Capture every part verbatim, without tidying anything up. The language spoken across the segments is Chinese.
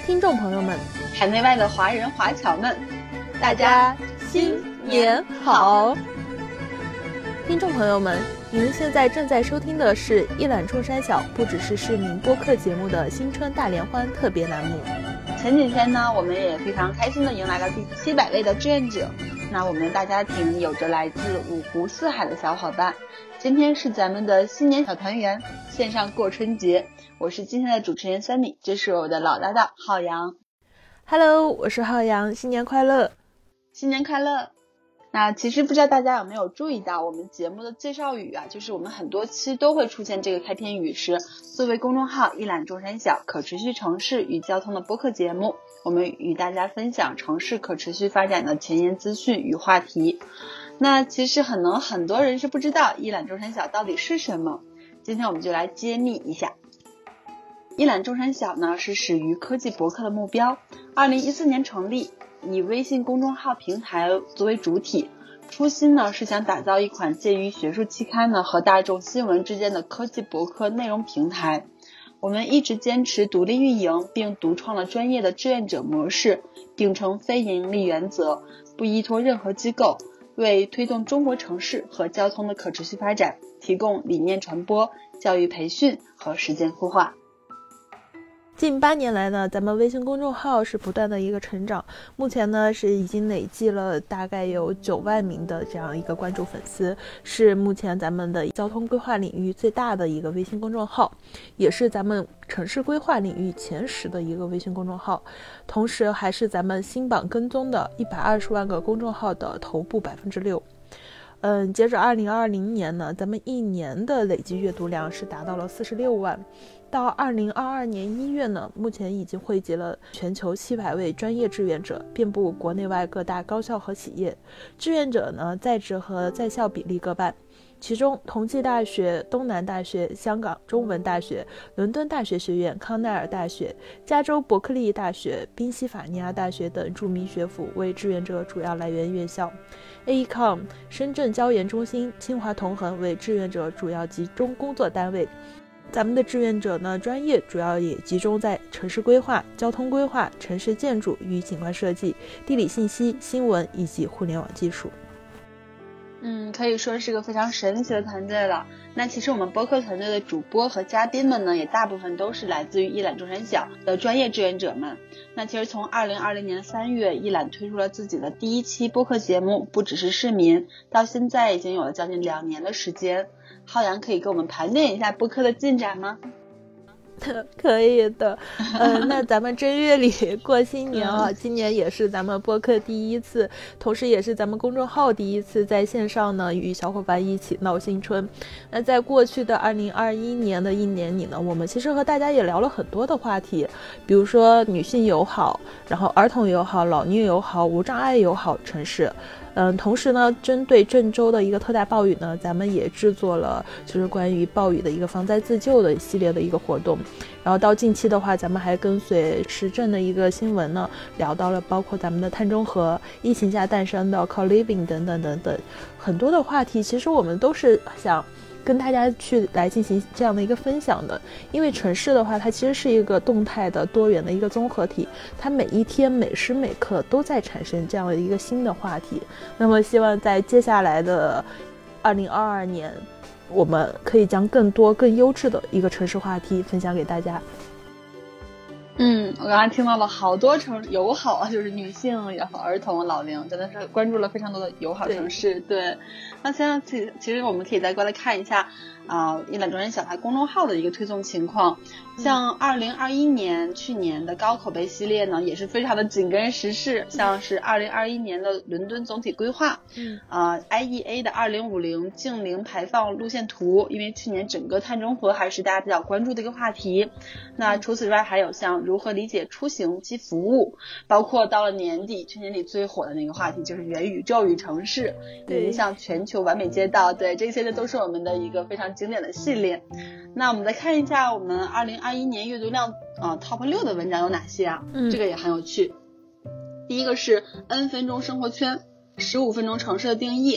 听众朋友们， 海内外的华人华侨们， 大家新年好！听众朋友们，你们现在正在收听的是一览众山小不只是市民播客节目的新春大联欢特别栏目。 前几天呢，我们也非常开心的迎来了第七百位的志愿者。那我们的大家庭有着来自五湖四海的小伙伴，今天是咱们的新年小团圆，线上过春节。我是今天的主持人三米，这是我的老搭档浩洋。 Hello， 我是浩洋，新年快乐！ 新年快乐！那其实不知道大家有没有注意到，我们节目的介绍语啊，就是我们很多期都会出现这个开篇语是作为公众号一览众山小可持续城市与交通的播客节目，我们与大家分享城市可持续发展的前沿资讯与话题。那其实可能很多人是不知道一览众山小到底是什么，今天我们就来揭秘一下。一览众山小呢是始于科技博客的目标，二零一四年成立，以微信公众号平台作为主体，初心呢是想打造一款介于学术期刊呢和大众新闻之间的科技博客内容平台。我们一直坚持独立运营，并独创了专业的志愿者模式，秉承非盈利原则，不依托任何机构，为推动中国城市和交通的可持续发展提供理念传播、教育培训和实践孵化。 近八年来呢，咱们微信公众号是不断的一个成长，目前呢是已经累计了大概有九万名的这样一个关注粉丝，是目前咱们的交通规划领域最大的一个微信公众号，也是咱们城市规划领域前十的一个微信公众号，同时还是咱们新榜跟踪的一百二十万个公众号的头部百分之六。嗯，截止二零二零年呢，咱们一年的累计阅读量是达到了四十六万。到二零二二年一月呢，目前已经汇集了全球七百位专业志愿者，遍布国内外各大高校和企业。志愿者呢，在职和在校比例各半。其中，同济大学、东南大学、香港中文大学、伦敦大学学院、康奈尔大学、加州伯克利大学、宾夕法尼亚大学等著名学府为志愿者主要来源院校。A E C O M、深圳交研中心、清华同恒为志愿者主要集中工作单位。咱们的志愿者呢，专业主要也集中在城市规划、交通规划、城市建筑与景观设计、地理信息、新闻以及互联网技术。 嗯，可以说是个非常神奇的团队了。那其实我们播客团队的主播和嘉宾们呢，也大部分都是来自于一览众山小的专业志愿者们。那其实从二零二零年三月，一览推出了自己的第一期播客节目，不只是市民，到现在已经有了将近两年的时间。浩洋可以给我们盘点一下播客的进展吗？ 可以的，呃，那咱们正月里过新年啊，嗯、今年也是咱们播客第一次，同时也是咱们公众号第一次在线上呢与小伙伴一起闹新春。那在过去的二零二一年的一年里呢，我们其实和大家也聊了很多的话题，比如说女性友好，然后儿童友好、老年友好、无障碍友好城市。嗯，同时呢，针对郑州的一个特大暴雨呢，咱们也制作了就是关于暴雨的一个防灾自救的系列的一个活动。然后到近期的话，咱们还跟随时政的一个新闻呢，聊到了包括咱们的碳中和、疫情下诞生的 co-living 等等等等很多的话题。其实我们都是想跟大家去来进行这样的一个分享的，因为城市的话，它其实是一个动态的多元的一个综合体，它每一天每时每刻都在产生这样的一个新的话题。那么希望在接下来的二零二二年，我们可以将更多更优质的一个城市话题分享给大家。 嗯，我刚才听到了好多城市友好啊，就是女性也好、儿童、老龄，真的是关注了非常多的友好城市。对，对那现在其其实我们可以再过来看一下啊、呃，一览众山小台公众号的一个推送情况。像二零二一年去年的高口碑系列呢，也是非常的紧跟时事，像是二零二一年的伦敦总体规划，嗯啊、呃、I E A 的二零五零净零排放路线图，因为去年整个碳中和还是大家比较关注的一个话题。那除此之外，还有像如何理解出行及服务，包括到了年底，去年底最火的那个话题就是元宇宙与城市，影响全球完美街道。对，这些都是我们的一个非常经典的系列。那我们再看一下我们二零二一年阅读量啊、呃、top 六的文章有哪些啊、嗯、这个也很有趣。第一个是 N 分钟生活圈，十五分钟城市的定义，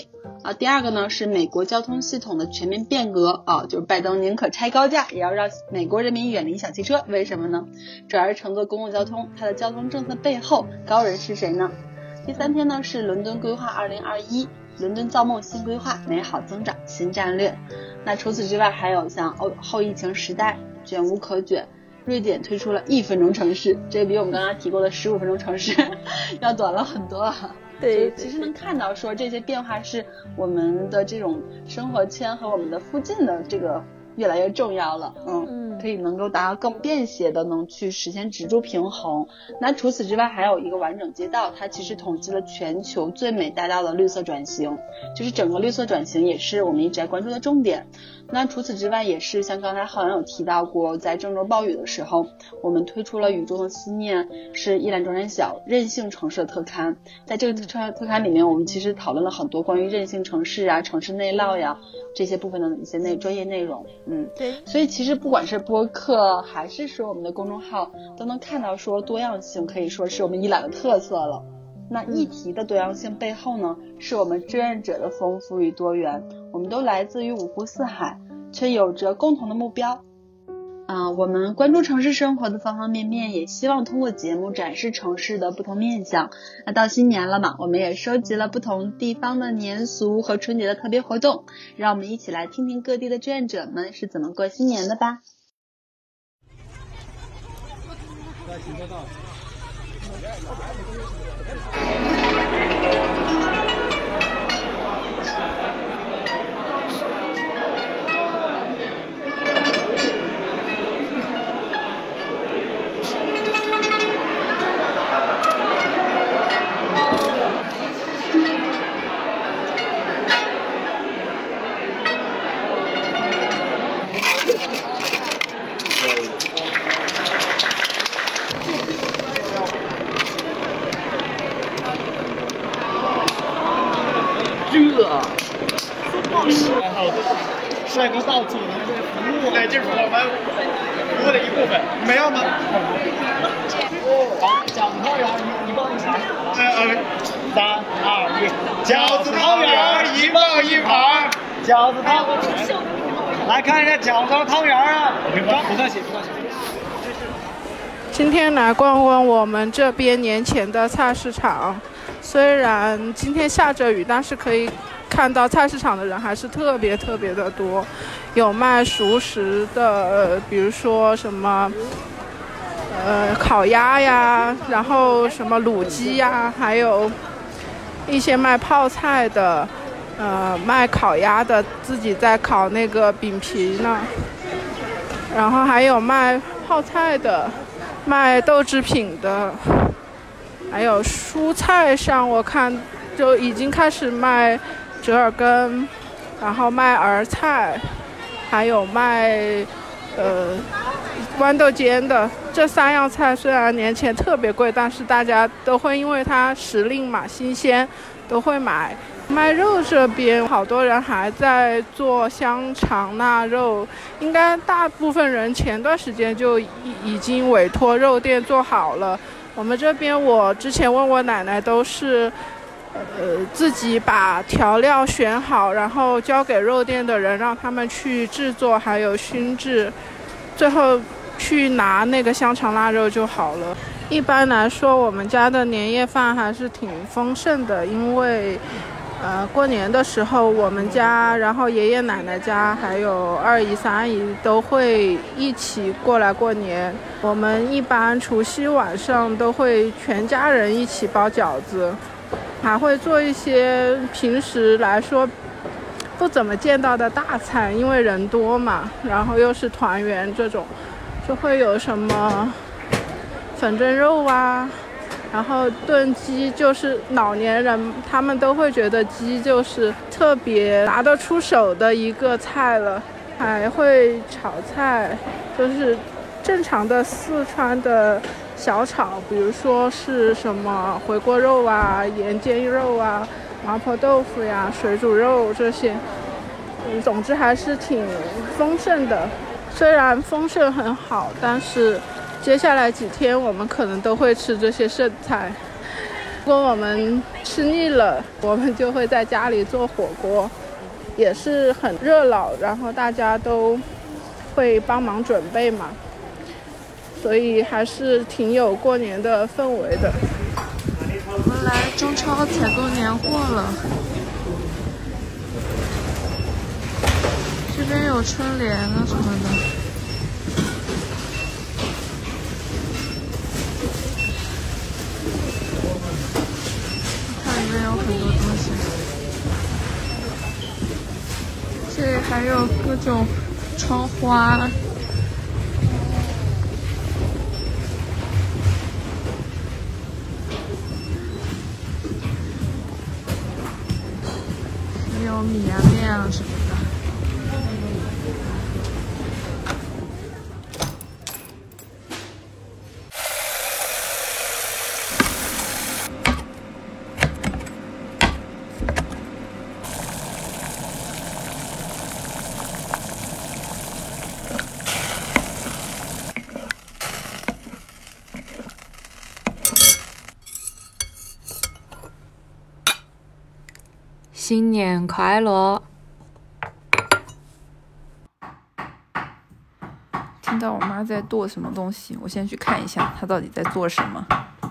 啊，第二个呢是美国交通系统的全面变革啊，就是拜登宁可拆高价也要让美国人民远离小汽车，为什么呢？主要是乘坐公共交通，它的交通政策背后高人是谁呢？第三天呢是伦敦规划二零二一，伦敦造梦新规划，美好增长新战略。那除此之外还有像后后疫情时代，卷无可卷，瑞典推出了一分钟城市，这比我们刚刚提过的十五分钟城市要短了很多啊。 对， 其实能看到说这些变化是我们的这种生活圈和我们的附近的这个越来越重要了，嗯，嗯可以能够达到更便携的能去实现植株平衡。那除此之外还有一个完整街道，它其实统计了全球最美大道的绿色转型，就是整个绿色转型也是我们一直在关注的重点。那除此之外也是像刚才浩然有提到过，在郑州暴雨的时候，我们推出了雨中的思念，是一览众山小韧性城市的特刊。在这个特特刊里面，我们其实讨论了很多关于韧性城市啊、城市内涝呀这些部分的一些内专业内容。嗯，对。所以其实不管是播客还是说我们的公众号，都能看到说多样性可以说是我们一览的特色了。那议题的多样性背后呢，是我们志愿者的丰富与多元，我们都来自于五湖四海，却有着共同的目标。啊、呃，我们关注城市生活的方方面面，也希望通过节目展示城市的不同面向。那到新年了嘛，我们也收集了不同地方的年俗和春节的特别活动，让我们一起来听听各地的志愿者们是怎么过新年的吧。 帅哥到组的这个服务，哎，这是我们服务的一部分，你们要吗？好，饺子汤圆一一磅一盘。呃，三二一，饺子汤圆一磅一盘，饺子汤。来看一下饺子汤圆啊！不客气，不客气。 今天来逛逛我们这边年前的菜市场，虽然今天下着雨，但是可以看到菜市场的人还是特别特别的多，有卖熟食的，呃、比如说什么呃烤鸭呀，然后什么卤鸡呀，还有一些卖泡菜的，呃卖烤鸭的，自己在烤那个饼皮呢，然后还有卖泡菜的，卖豆制品的，还有蔬菜上我看就已经开始卖折耳根，然后卖儿菜，还有卖呃豌豆尖的。这三样菜虽然年前特别贵，但是大家都会因为它时令嘛，新鲜，都会买。卖肉这边好多人还在做香肠腊肉，应该大部分人前段时间就已已经委托肉店做好了。我们这边我之前问我奶奶都是呃，自己把调料选好，然后交给肉店的人，让他们去制作，还有熏制，最后去拿那个香肠腊肉就好了。一般来说，我们家的年夜饭还是挺丰盛的，因为呃，过年的时候我们家，然后爷爷奶奶家，还有二姨三姨都会一起过来过年。我们一般除夕晚上都会全家人一起包饺子。还会做一些平时来说不怎么见到的大菜，因为人多嘛，然后又是团圆这种，就会有什么粉蒸肉啊，然后炖鸡，就是老年人他们都会觉得鸡就是特别拿得出手的一个菜了。还会炒菜，就是正常的四川的小炒，比如说是什么回锅肉啊、盐煎肉啊、麻婆豆腐呀、水煮肉这些，嗯，总之还是挺丰盛的。虽然丰盛很好，但是接下来几天我们可能都会吃这些剩菜。 如果我们吃腻了，我们就会在家里做火锅，也是很热闹，然后大家都会帮忙准备嘛，所以还是挺有过年的氛围的。 我们来中超采购年货了，这边有春联啊什么的。它里面有很多东西，这里还有各种窗花。还有米啊面啊什么的。 新年快乐！听到我妈在剁什么东西，我先去看一下她到底在做什么。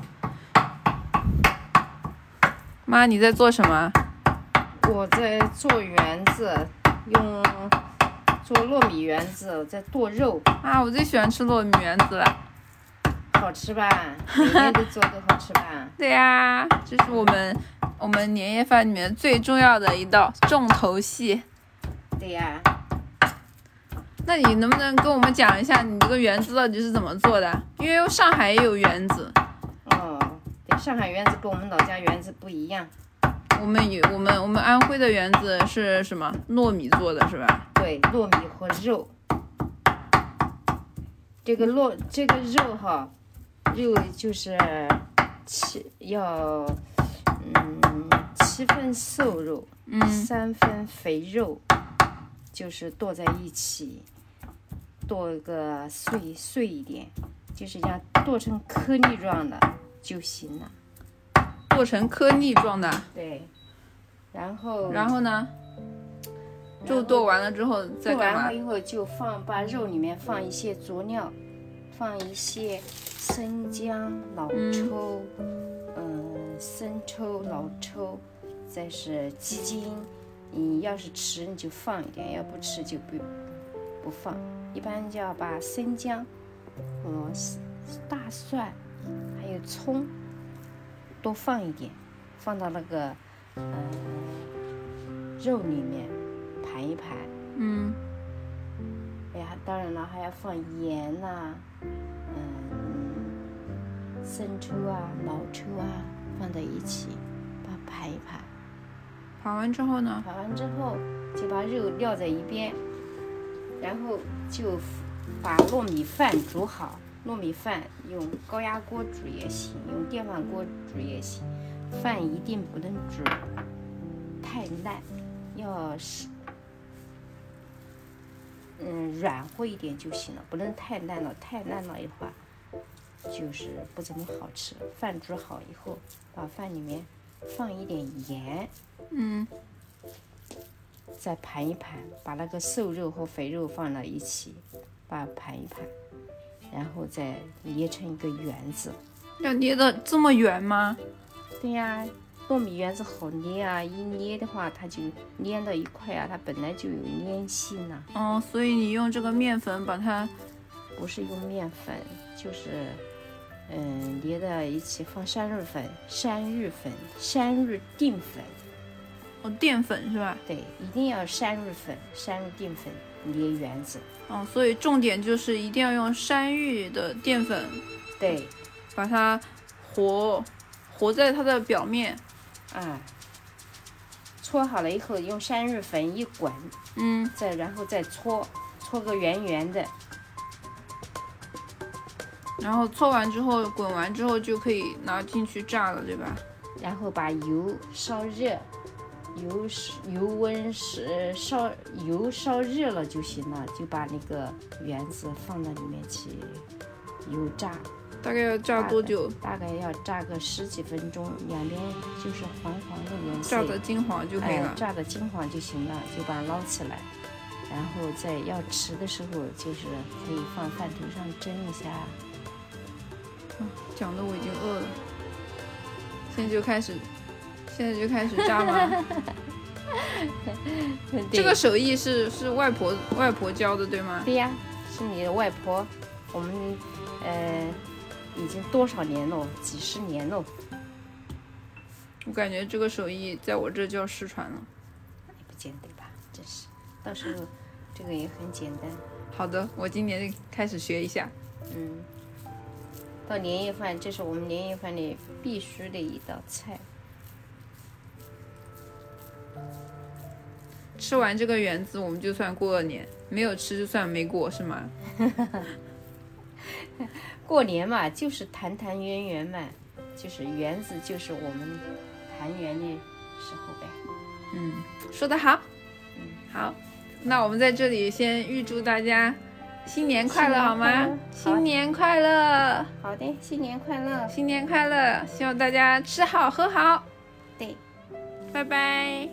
妈，你在做什么？ 我在做圆子，用做糯米圆子，我在剁肉。 啊，我最喜欢吃糯米圆子了。 好吃吧？每天都做都好吃吧？ 对呀，这是我们我们年夜饭里面最重要的一道重头戏。 对呀。 那你能不能跟我们讲一下你这个圆子到底是怎么做的？因为上海也有圆子。 哦，对，上海圆子跟我们老家圆子不一样。 我们有我们我们安徽的圆子是什么？糯米做的是吧？ 对，糯米和肉。这个糯这个肉哈，肉就是七要嗯七分瘦肉， 嗯， 三分肥肉，就是剁在一起，剁个碎碎一点，就是这样剁成颗粒状的就行了。 剁成颗粒状的。 对，然后然后呢？就剁完了之后再干嘛？ 剁完了以后就放把肉里面放一些佐料，放一些生姜、老抽，嗯、呃，生抽、老抽，再是鸡精。你要是吃你就放一点，要不吃就不不放。一般就要把生姜和大蒜还有葱多放一点，放到那个嗯、呃、肉里面盘一盘。 嗯。 哎呀，当然了，还要放盐呐、啊，嗯，生抽啊、老抽啊放在一起，把它盘一盘。 盘完之后呢？ 盘完之后就把肉撂在一边，然后就把糯米饭煮好。糯米饭用高压锅煮也行，用电饭锅煮也行。饭一定不能煮太烂，要是嗯软和一点就行了，不能太烂了。太烂了的话，就是不怎么好吃。饭煮好以后，把饭里面放一点盐， 嗯， 再盘一盘，把那个瘦肉和肥肉放到一起，把它盘一盘，然后再捏成一个圆子。 要捏的这么圆吗？ 对呀，糯米圆子好捏啊，一捏的话它就粘到一块啊，它本来就有粘性呐、 啊。哦，所以你用这个面粉把它， 不是用面粉，就是嗯捏在一起，放山芋粉、山芋粉、山芋淀粉。 哦，淀粉是吧？ 对，一定要山芋粉、山芋淀粉捏圆子。 哦，所以重点就是一定要用山芋的淀粉， 对， 把它和和在它的表面。 啊，搓好了以后，用山芋粉一滚， 嗯， 再然后再搓，搓个圆圆的。 然后搓完之后，滚完之后就可以拿进去炸了，对吧？ 然后把油烧热。油油温是烧油烧热了就行了，就把那个圆子放到里面去油炸， 大概要炸多久？ 大概要炸个十几分钟，两边就是黄黄的颜色， 炸的金黄就可以了、 哎、炸的金黄就行了，就把它捞起来，然后在要吃的时候就是可以放饭头上蒸一下。 嗯，讲的我已经饿了，现在就开始现在就开始炸吗？这个手艺是是外婆外婆教的对吗？ 对呀，是你的外婆，我们呃已经多少年了，几十年了。 我感觉这个手艺在我这就要失传了。 也不简单吧，真是，到时候这个也很简单。 好的，我今年开始学一下。 嗯，到年夜饭，这是我们年夜饭里必须的一道菜。 吃完这个圆子，我们就算过了年；没有吃就算没过，是吗？ 过年嘛，就是团团圆圆嘛，就是圆子，就是我们团圆的时候呗。 嗯，说得好。 嗯， 好，那我们在这里先预祝大家新年快乐，好吗？新年快乐！ 好的，新年快乐！ 新年快乐！希望大家吃好喝好。 对， 拜拜。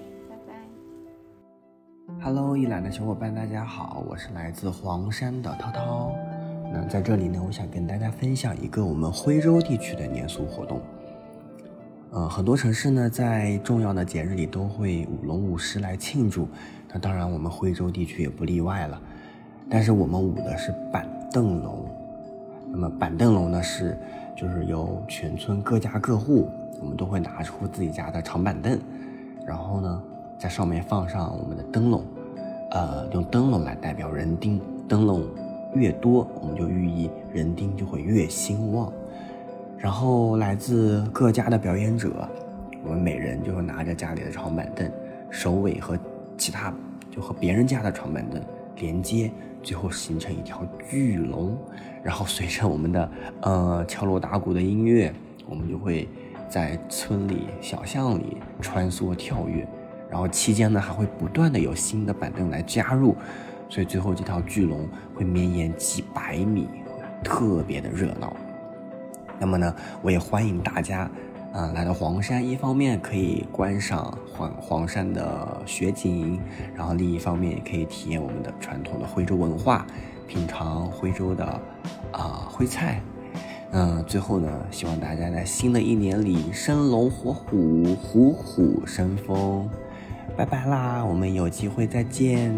Hello， 一览的小伙伴，大家好，我是来自黄山的涛涛。那在这里呢，我想跟大家分享一个我们徽州地区的年俗活动。呃，很多城市呢，在重要的节日里都会舞龙舞狮来庆祝，那当然我们徽州地区也不例外了。但是我们舞的是板凳龙。那么板凳龙呢，是就是由全村各家各户，我们都会拿出自己家的长板凳，然后呢在上面放上我们的灯笼，呃，用灯笼来代表人丁，灯笼越多，我们就寓意人丁就会越兴旺。然后来自各家的表演者，我们每人就会拿着家里的长板凳，首尾和其他就和别人家的长板凳连接，最后形成一条巨龙。然后随着我们的呃敲锣打鼓的音乐，我们就会在村里小巷里穿梭跳跃。然后期间呢，还会不断的有新的板凳来加入，所以最后这条巨龙会绵延几百米，特别的热闹。那么呢，我也欢迎大家，啊、呃，来到黄山，一方面可以观赏黄黄山的雪景，然后另一方面也可以体验我们的传统的徽州文化，品尝徽州的啊、呃、徽菜。嗯、呃，最后呢，希望大家在新的一年里生龙活虎，虎虎生风。拜拜啦，我们有机会再见。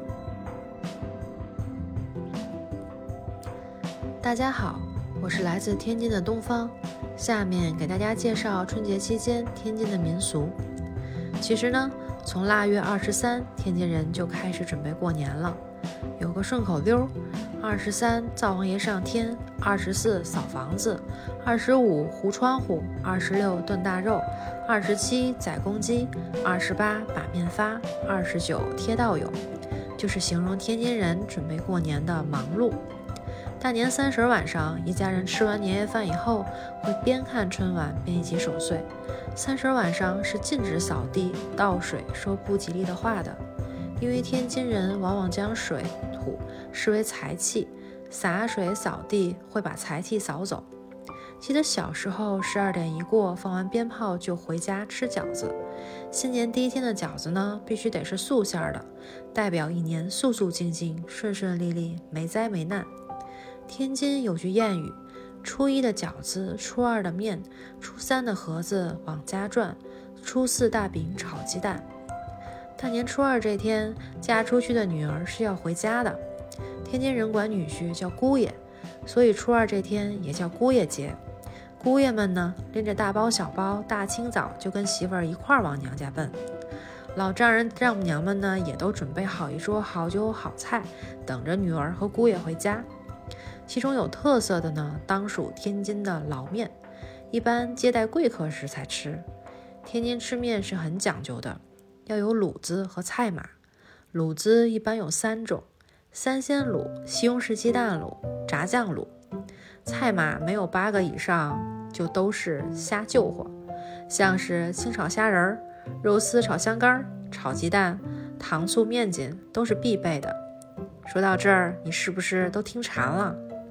大家好，我是来自天津的东方，下面给大家介绍春节期间天津的民俗。其实呢，从腊月二十三，天津人就开始准备过年了。有个顺口溜：二十三灶王爷上天，二十四扫房子，二十五糊窗户，二十六炖大肉，二十七宰公鸡，二十八把面发，二十九贴道友，就是形容天津人准备过年的忙碌。大年三十晚上，一家人吃完年夜饭以后，会边看春晚边一起守岁。三十晚上是禁止扫地、倒水、说不吉利的话的，因为天津人往往将水土视为财气，洒水扫地会把财气扫走。记得小时候十二点一过，放完鞭炮就回家吃饺子。新年第一天的饺子呢，必须得是素馅的，代表一年素素静静、顺顺利利、没灾没难。天津有句谚语：初一的饺子，初二的面，初三的盒子往家转，初四大饼炒鸡蛋。大年初二这天，嫁出去的女儿是要回家的，天津人管女婿叫姑爷，所以初二这天也叫姑爷节。姑爷们呢，拎着大包小包，大清早就跟媳妇儿一块儿往娘家奔。老丈人丈母娘们呢，也都准备好一桌好酒好菜，等着女儿和姑爷回家。其中有特色的呢，当属天津的老面，一般接待贵客时才吃。天津吃面是很讲究的，要有卤子和菜码。卤子一般有三种：三鲜卤、西红柿鸡蛋卤、炸酱卤。菜码没有八个以上，就都是瞎救活，像是清炒虾仁、肉丝炒香干、炒鸡蛋、糖醋面筋都是必备的。说到这儿，你是不是都听馋了？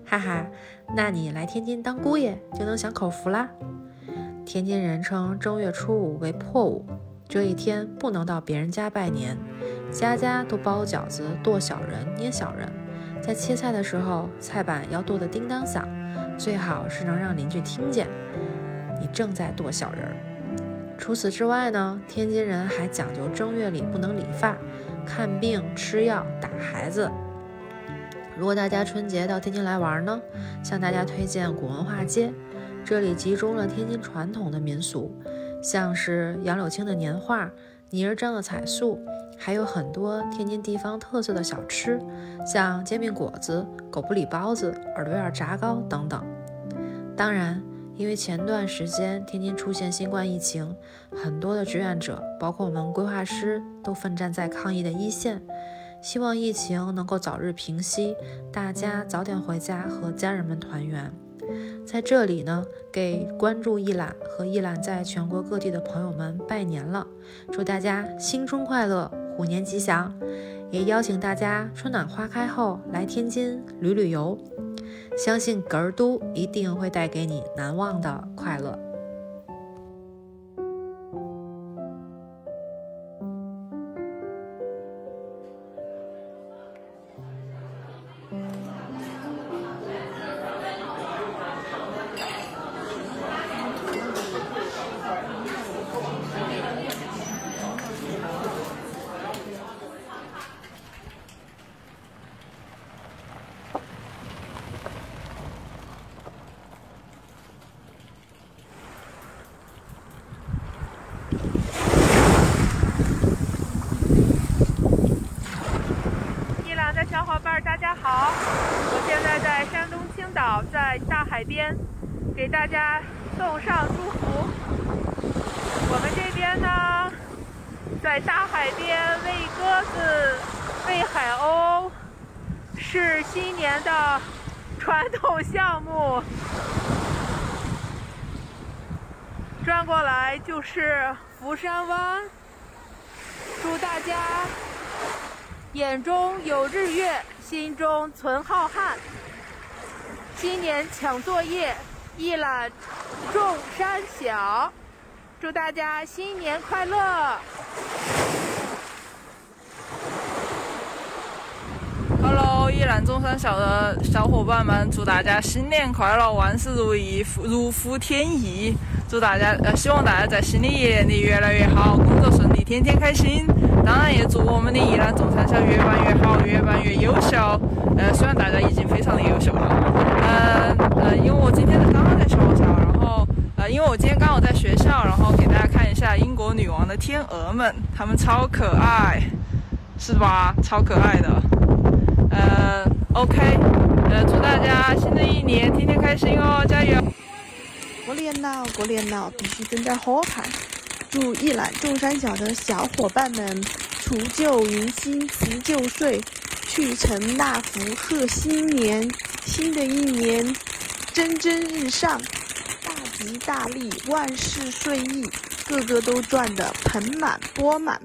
哈哈，那你来天津当姑爷就能享口福啦。天津人称正月初五为破五，这一天不能到别人家拜年，家家都包饺子、剁小人、捏小人。在切菜的时候，菜板要剁得叮当响，最好是能让邻居听见你正在剁小人。除此之外呢，天津人还讲究正月里不能理发、看病、吃药、打孩子。如果大家春节到天津来玩呢，向大家推荐古文化街，这里集中了天津传统的民俗，像是杨柳青的年画、泥儿张的彩塑，还有很多天津地方特色的小吃，像煎饼果子、狗不理包子、耳朵眼炸糕等等。当然，因为前段时间天津出现新冠疫情，很多的志愿者，包括我们规划师，都奋战在抗疫的一线，希望疫情能够早日平息，大家早点回家和家人们团圆。在这里呢，给关注一览和一览在全国各地的朋友们拜年了，祝大家新春快乐，虎年吉祥，也邀请大家春暖花开后来天津旅旅游，相信哏儿都一定会带给你难忘的快乐。 小伙伴大家好，我现在在山东青岛，在大海边，给大家送上祝福。我们这边呢，在大海边喂鸽子、喂海鸥，是新年的传统项目。转过来就是福山湾，祝大家眼中有日月，心中存浩瀚。新年抢作业，一览众山小。祝大家新年快乐！ Hello， 一览众山小的小伙伴们，祝大家新年快乐，万事如意，如虎添翼。祝大家呃，希望大家在新的一年里越来越好，工作顺利，天天开心。当然也祝我们的一览众山小越办越好，越办越优秀。呃，虽然大家已经非常的优秀了，呃呃，因为我今天刚刚在学校，然后呃，因为我今天刚好在学校，然后给大家看一下英国女王的天鹅们，她们超可爱，是吧？超可爱的。呃 ，OK， 呃，祝大家新的一年天天开心哦，加油！ 过年了，过年了，必须整点好看。祝一览众山小的小伙伴们除旧迎新，辞旧岁，去成纳福，贺新年。新的一年蒸蒸日上，大吉大利，万事顺意，个个都赚得盆满钵满。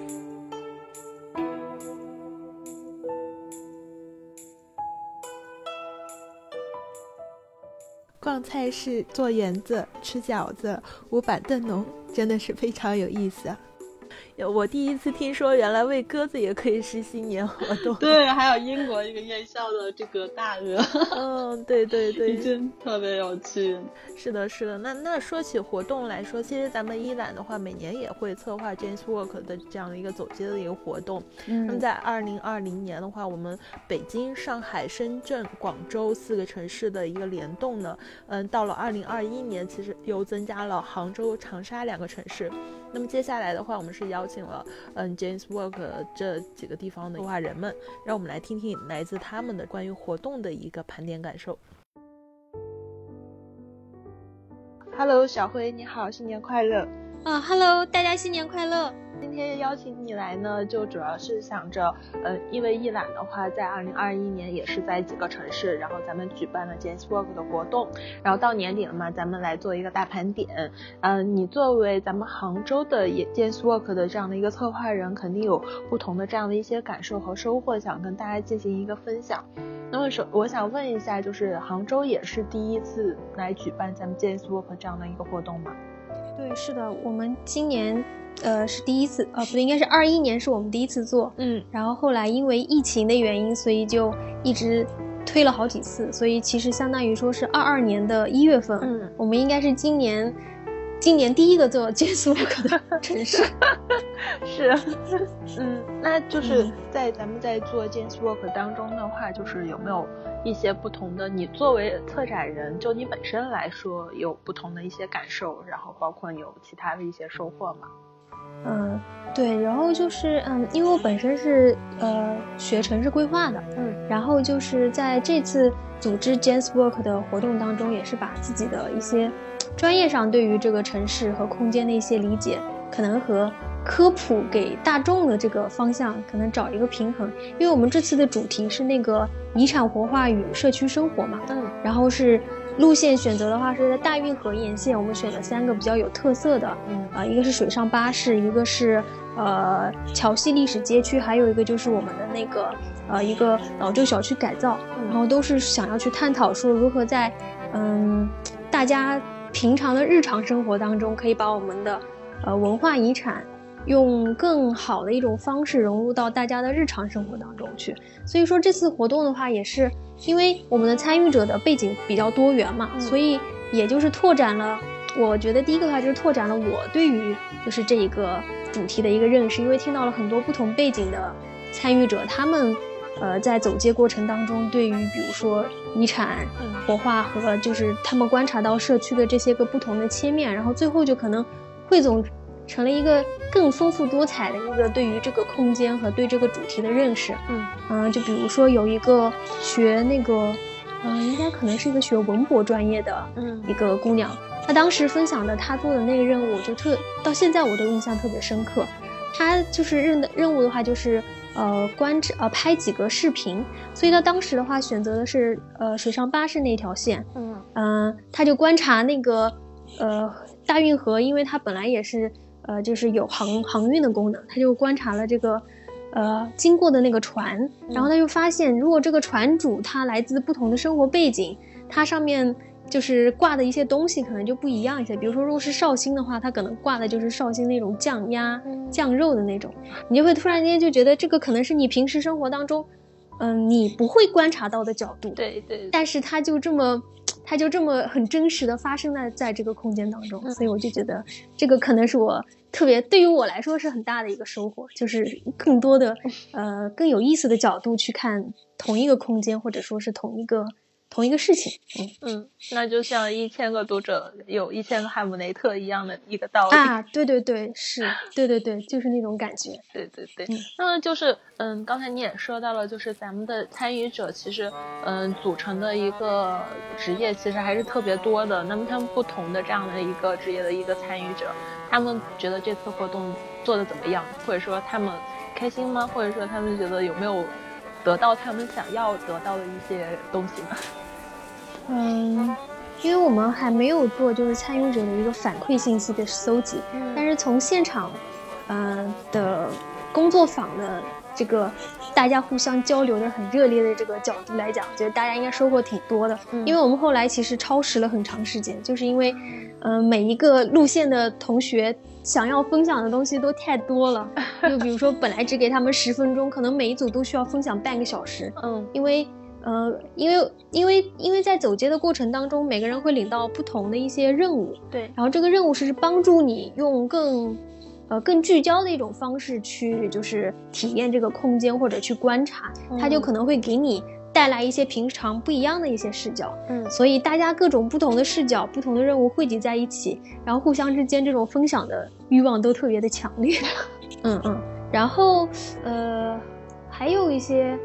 逛菜市、做园子、吃饺子、舞板凳农，真的是非常有意思啊！我第一次听说，原来喂鸽子也可以是新年活动。 对，还有英国一个夜校的这个大鹅， 嗯，对对对， 真特别有趣。 是的，是的。那那说起活动来说，其实咱们一览的话，每年也会策划 Jane's Walk 的这样的一个走街的一个活动。嗯，那么在二零二零年的话，我们北京、上海、深圳、广州四个城市的一个联动呢，嗯，到了二零二一年，其实又增加了杭州、长沙两个城市。那么接下来的话，我们是邀请了嗯 Jane's Walk 这几个地方的策划人们，让我们来听听来自他们的关于活动的一个盘点感受。 Hello， 小辉你好，新年快乐！ 啊 ，Hello， 大家新年快乐！ 今天邀请你来呢，就主要是想着，呃，因为一览的话，在二零二一年也是在几个城市，然后咱们举办了 James Work 的活动，然后到年底了嘛，咱们来做一个大盘点。嗯、呃，你作为咱们杭州的 James Work 的这样的一个策划人，肯定有不同的这样的一些感受和收获，想跟大家进行一个分享。那么首我想问一下，就是杭州也是第一次来举办咱们 James Work 这样的一个活动吗？ 对，是的，我们今年呃是第一次，呃不对，应该是二一年是我们第一次做， 嗯， 然后后来因为疫情的原因，所以就一直推了好几次，所以其实相当于说是二二年的一月份， 嗯， 我们应该是今年今年第一个做 James Work 的城市。 是，嗯，那就是在咱们在做 James Work 当中的话，就是有没有一些不同的，你作为策展人，就你本身来说有不同的一些感受，然后包括有其他的一些收获吗？ 嗯，对，然后就是嗯，因为我本身是呃学城市规划的， 嗯， 然后就是在这次组织 James Work 的活动当中，也是把自己的一些专业上对于这个城市和空间的一些理解，可能和科普给大众的这个方向可能找一个平衡。因为我们这次的主题是那个遗产活化与社区生活嘛， 嗯， 然后是路线选择的话是在大运河沿线，我们选了三个比较有特色的， 嗯啊、呃，一个是水上巴士，一个是呃桥西历史街区，还有一个就是我们的那个呃一个老旧小区改造， 嗯、 然后都是想要去探讨说如何在嗯大家平常的日常生活当中，可以把我们的呃文化遗产用更好的一种方式融入到大家的日常生活当中去。所以说这次活动的话，也是因为我们的参与者的背景比较多元嘛， 嗯、 所以也就是拓展了，我觉得第一个的话就是拓展了我对于就是这一个主题的一个认识，因为听到了很多不同背景的参与者，他们呃在走街过程当中对于比如说遗产活化和就是他们观察到社区的这些个不同的切面，然后最后就可能汇总成了一个更丰富多彩的一个对于这个空间和对这个主题的认识。 嗯嗯、呃，就比如说有一个学那个嗯、呃，应该可能是一个学文博专业的一个姑娘，她当时分享的她做的那个任务就特到现在我都印象特别深刻。她就是任的任务的话就是呃观呃拍几个视频，所以她当时的话选择的是呃水上巴士那条线。 嗯嗯、呃，她就观察那个呃大运河，因为它本来也是呃就是有航航运的功能，她就观察了这个呃经过的那个船，然后她就发现如果这个船主他来自不同的生活背景，它上面就是挂的一些东西可能就不一样一些。比如说如果是绍兴的话，它可能挂的就是绍兴那种酱鸭、嗯、酱肉的那种，你就会突然间就觉得这个可能是你平时生活当中嗯你不会观察到的角度， 对对， 但是它就这么它就这么很真实的发生在在这个空间当中、嗯、所以我就觉得这个可能是我特别对于我来说是很大的一个收获，就是更多的呃更有意思的角度去看同一个空间，或者说是同一个同一个事情。 嗯嗯，那就像一千个读者有一千个哈姆雷特一样的一个道理啊！对对对，是，对对对，就是那种感觉。 对对对，嗯、那么就是嗯，刚才你也说到了，就是咱们的参与者其实嗯组成的一个职业其实还是特别多的。那么他们不同的这样的一个职业的一个参与者，他们觉得这次活动做得怎么样？或者说他们开心吗？或者说他们觉得有没有得到他们想要得到的一些东西呢？ 嗯，因为我们还没有做就是参与者的一个反馈信息的搜集，嗯、但是从现场，呃的工作坊的这个大家互相交流的很热烈的这个角度来讲，觉得大家应该收获挺多的。嗯、因为我们后来其实超时了很长时间，就是因为，呃，每一个路线的同学想要分享的东西都太多了，就比如说本来只给他们十分钟，可能每一组都需要分享半个小时。 嗯， 因为。呃，因为因为因为在走街的过程当中，每个人会领到不同的一些任务， 对， 然后这个任务是帮助你用更呃更聚焦的一种方式去就是体验这个空间或者去观察， 嗯、 它就可能会给你带来一些平常不一样的一些视角。 嗯， 所以大家各种不同的视角、不同的任务汇集在一起，然后互相之间这种分享的欲望都特别的强烈。嗯嗯，然后呃还有一些。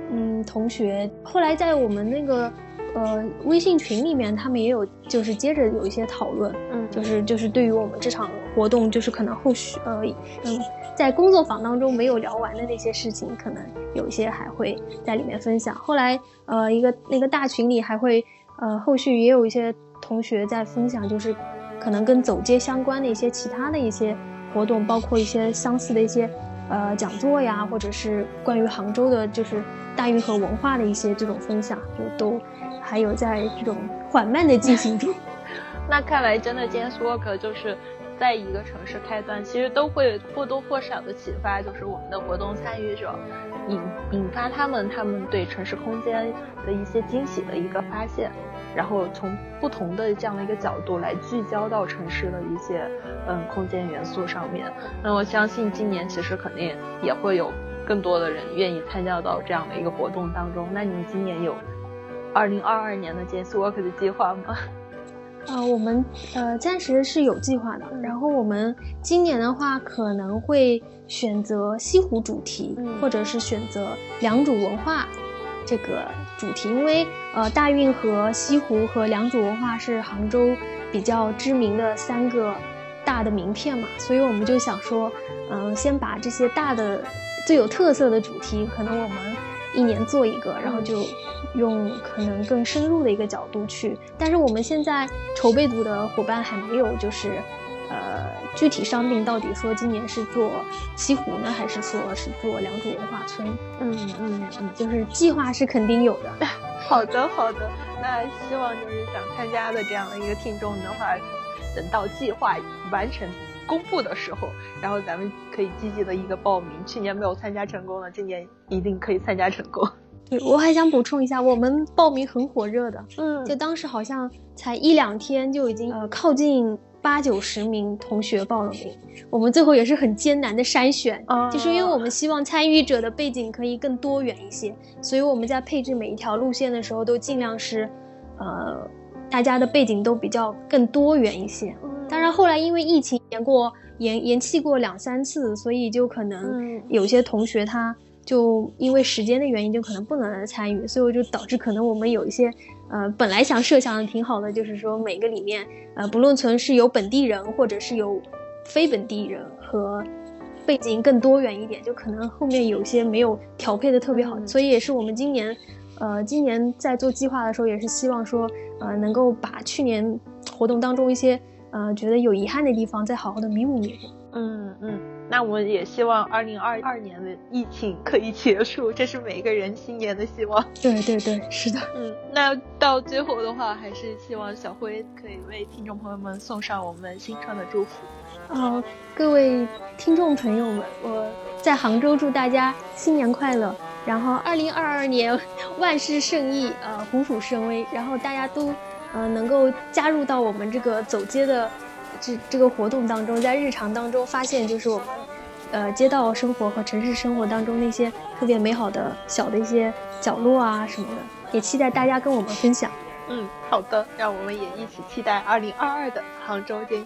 嗯同学，后来在我们那个呃微信群里面，他们也有就是接着有一些讨论， 嗯， 就是就是对于我们这场活动，就是可能后续呃嗯在工作坊当中没有聊完的那些事情，可能有一些还会在里面分享。后来呃一个那个大群里还会呃后续也有一些同学在分享，就是可能跟走街相关的一些其他的一些活动，包括一些相似的一些呃讲座呀，或者是关于杭州的就是大运河文化的一些这种分享，就都还有在这种缓慢的进行中。 那看来真的 Jazz Walk 就是在一个城市开端，其实都会或多或少的启发，就是我们的活动参与者，引引发他们他们对城市空间的一些惊喜的一个发现，然后从不同的这样的一个角度来聚焦到城市的一些嗯空间元素上面。那我相信今年其实肯定也会有更多的人愿意参加到这样的一个活动当中。那你今年有二零二二年的 Jazz Walk 的计划吗？ 呃，我们呃暂时是有计划的，然后我们今年的话可能会选择西湖主题， 嗯、 或者是选择良渚文化这个主题，因为呃大运河、西湖和良渚文化是杭州比较知名的三个大的名片嘛，所以我们就想说，嗯、呃，先把这些大的最有特色的主题，可能我们一年做一个，然后就用可能更深入的一个角度去。但是我们现在筹备组的伙伴还没有就是呃具体商定到底说今年是做西湖呢，还是说是做良渚文化村。 嗯嗯嗯， 就是计划是肯定有的。 好的好的，那希望就是想参加的这样的一个听众的话，等到计划完成公布的时候，然后咱们可以积极的一个报名。去年没有参加成功的，今年一定可以参加成功。 对，我还想补充一下，我们报名很火热的， 嗯， 就当时好像才一两天就已经呃靠近八九十名同学报了名。我们最后也是很艰难的筛选， 哦、 就是因为我们希望参与者的背景可以更多元一些，所以我们在配置每一条路线的时候都尽量是，呃，大家的背景都比较更多元一些。当然后来因为疫情延过延延期过两三次，所以就可能有些同学他就因为时间的原因就可能不能来参与，所以就导致可能我们有一些呃本来想设想的挺好的，就是说每个里面呃不论存是有本地人或者是有非本地人和背景更多元一点，就可能后面有些没有调配的特别好、嗯、所以也是我们今年呃今年在做计划的时候也是希望说呃能够把去年活动当中一些呃觉得有遗憾的地方再好好的弥补弥补。 嗯嗯，那我们也希望二零二二年的疫情可以结束，这是每个人新年的希望。 对对对，是的。 嗯，那到最后的话，还是希望小辉可以为听众朋友们送上我们新春的祝福。 呃，各位听众朋友们，我在杭州祝大家新年快乐，然后二零二二年万事胜意，呃，虎虎生威，然后大家都呃能够加入到我们这个走街的这这个活动当中，在日常当中发现就是我们呃街道生活和城市生活当中那些特别美好的小的一些角落啊什么的，也期待大家跟我们分享。 嗯，好的，让我们也一起期待二零二二的杭州 Jazz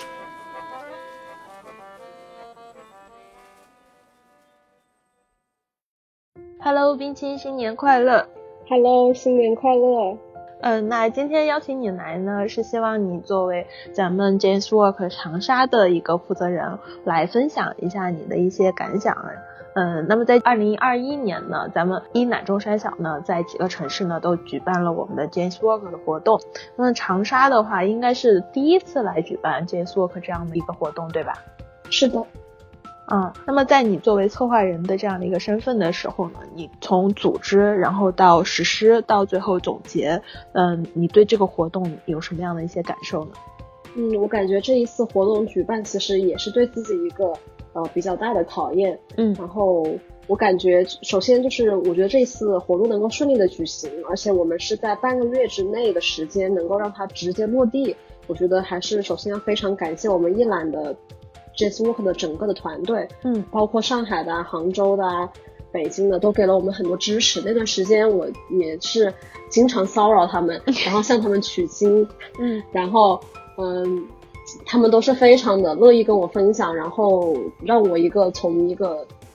Walk。Hello， 冰清，新年快乐 ！Hello， 新年快乐！ 嗯，那今天邀请你来呢，是希望你作为咱们 Jazz Walk 长沙的一个负责人，来分享一下你的一些感想。嗯，那么在二零二一年呢，咱们一览众山小呢，在几个城市呢都举办了我们的 Jazz Walk 的活动。那么长沙的话，应该是第一次来举办 Jazz Walk 这样的一个活动，对吧？ 是的。 嗯，那么在你作为策划人的这样的一个身份的时候呢，你从组织，然后到实施，到最后总结，嗯，你对这个活动有什么样的一些感受呢？ 嗯，我感觉这一次活动举办其实也是对自己一个呃比较大的考验。 嗯， 然后我感觉首先就是我觉得这一次活动能够顺利的举行，而且我们是在半个月之内的时间能够让它直接落地，我觉得还是首先要非常感谢我们一览的Jazz Walk 的整个的团队， 嗯， 包括上海的啊、杭州的啊、北京的，都给了我们很多支持。那段时间我也是经常骚扰他们，然后向他们取经， 嗯， 然后嗯，他们都是非常的乐意跟我分享，然后让我一个从一个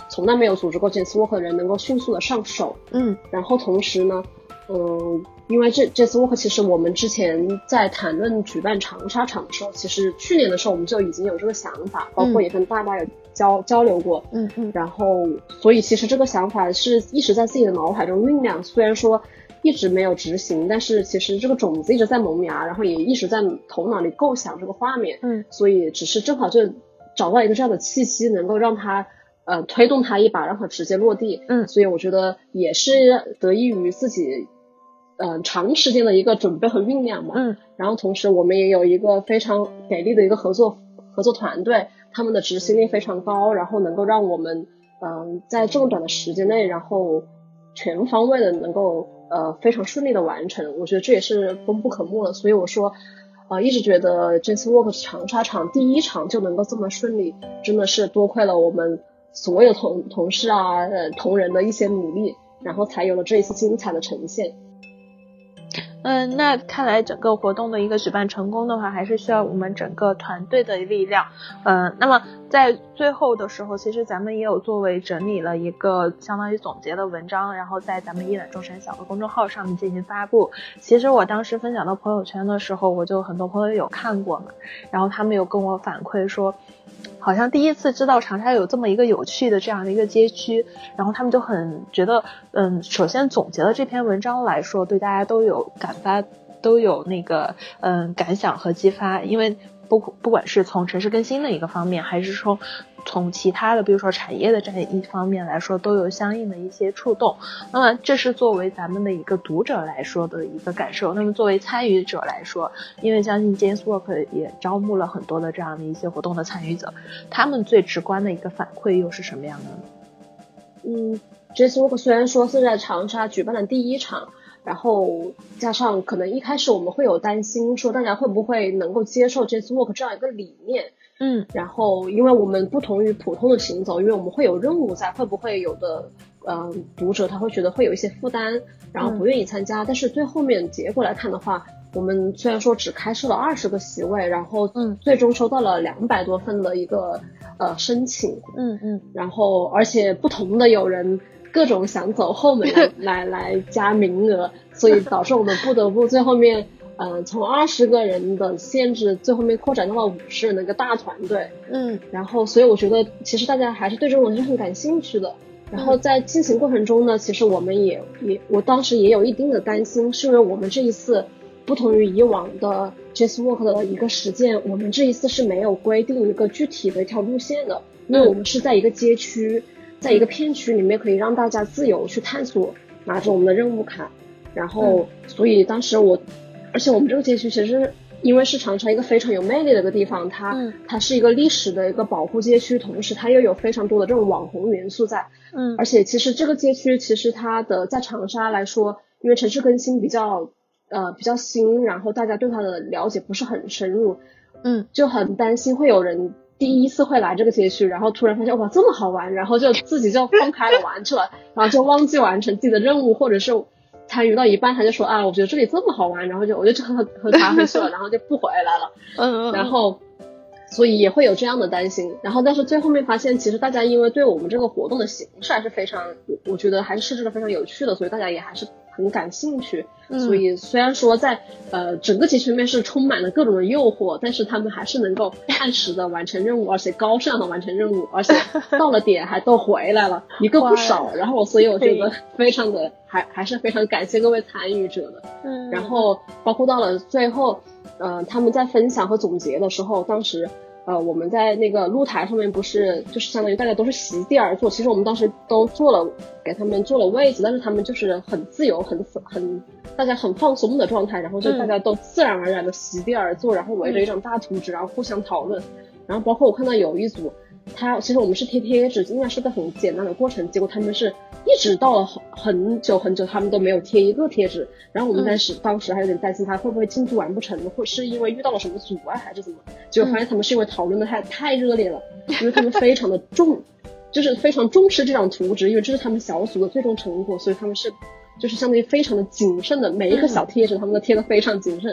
从来没有组织过 Jazz Walk 的人能够迅速的上手。 嗯， 然后同时呢，嗯，因为这 Jazz Walk 其实我们之前在谈论举办长沙场的时候，其实去年的时候我们就已经有这个想法，包括也跟大大有交交流过。 嗯嗯， 然后所以其实这个想法是一直在自己的脑海中酝酿，虽然说一直没有执行，但是其实这个种子一直在萌芽，然后也一直在头脑里构想这个画面。 嗯， 所以只是正好就找到一个这样的契机，能够让它呃推动它一把，让它直接落地。 嗯， 所以我觉得也是得益于自己呃长时间的一个准备和酝酿嘛。 嗯， 然后同时我们也有一个非常给力的一个合作合作团队，他们的执行力非常高，然后能够让我们嗯、呃、在这么短的时间内，然后全方位的能够呃非常顺利的完成。我觉得这也是功不可没的。所以我说呃一直觉得这次 Walk 长沙场第一场就能够这么顺利，真的是多亏了我们所有同同事啊呃同仁的一些努力，然后才有了这一次精彩的呈现。 嗯，那看来整个活动的一个举办成功的话，还是需要我们整个团队的力量。嗯，那么在最后的时候，其实咱们也有作为整理了一个相当于总结的文章，然后在咱们一览众山小的公众号上面进行发布。其实我当时分享到朋友圈的时候，我就很多朋友有看过嘛，然后他们有跟我反馈说，好像第一次知道长沙有这么一个有趣的这样的一个街区，然后他们就很觉得，嗯，首先总结了这篇文章来说，对大家都有感发，都有那个嗯感想和激发，因为不不管是从城市更新的一个方面，还是说从其他的比如说产业的这一方面来说，都有相应的一些触动。那么这是作为咱们的一个读者来说的一个感受。那么作为参与者来说，因为相信 Jazz Walk 也招募了很多的这样的一些活动的参与者，他们最直观的一个反馈又是什么样的呢？ 嗯 Jazz Walk 虽然说是在长沙举办的第一场，然后加上可能一开始我们会有担心说大家会不会能够接受 Jazz Walk 这样一个理念。 嗯， 然后因为我们不同于普通的行走，因为我们会有任务在，会不会有的嗯、呃、读者他会觉得会有一些负担，然后不愿意参加。嗯、但是最后面结果来看的话，我们虽然说只开设了二十个席位，然后嗯最终收到了两百多份的一个呃申请。 嗯嗯， 然后而且不同的有人各种想走后门来来来加名额，所以导致我们不得不最后面呃从二十个人的限制最后面扩展到了五十人的一个大团队。 嗯， 然后所以我觉得其实大家还是对这种东西很感兴趣的。然后在进行过程中呢，其实我们也也我当时也有一定的担心，是因为我们这一次不同于以往的 Jazz Walk 的一个实践，我们这一次是没有规定一个具体的一条路线的，因为我们是在一个街区，在一个片区里面可以让大家自由去探索，拿着我们的任务卡。然后所以当时我而且我们这个街区其实因为是长沙一个非常有魅力的一个地方，它、嗯、它是一个历史的一个保护街区，同时它又有非常多的这种网红元素在。 嗯， 而且其实这个街区其实它的在长沙来说，因为城市更新比较呃比较新，然后大家对它的了解不是很深入， 嗯， 就很担心会有人第一次会来这个街区，然后突然发现哇这么好玩，然后就自己就放开了玩去了，然后就忘记完成自己的任务，或者是参与到一半他就说啊我觉得这里这么好玩，然后就我就喝喝咖啡去了，然后就不回来了。 嗯嗯， 然后所以也会有这样的担心。然后但是最后面发现其实大家因为对我们这个活动的形式还是非常我觉得还是设置的非常有趣的，所以大家也还是很感兴趣。 嗯、 所以虽然说在呃整个街区面是充满了各种的诱惑，但是他们还是能够按时的完成任务，而且高效的完成任务，而且到了点还都回来了，一个不少。然后所以我觉得非常的还还是非常感谢各位参与者的。 嗯， 然后包括到了最后呃他们在分享和总结的时候，当时呃我们在那个露台上面不是就是相当于大家都是席地而坐，其实我们当时都坐了给他们坐了位子，但是他们就是很自由很很大家很放松的状态，然后就大家都自然而然的席地而坐，然后围着一张大图纸然后互相讨论。然后包括我看到有一组他其实我们是贴贴纸，应该是个很简单的过程，结果他们是一直到了很很久很久他们都没有贴一个贴纸。然后我们当时、嗯、当时还有点担心他会不会进度完不成，或是因为遇到了什么阻碍还是怎么，结果发现他们是因为讨论的太太热烈了，因为他们非常的重就是非常重视这张图纸，因为这是他们小组的最终成果，所以他们是就是相当于非常的谨慎的，每一个小贴纸他们都贴得非常谨慎。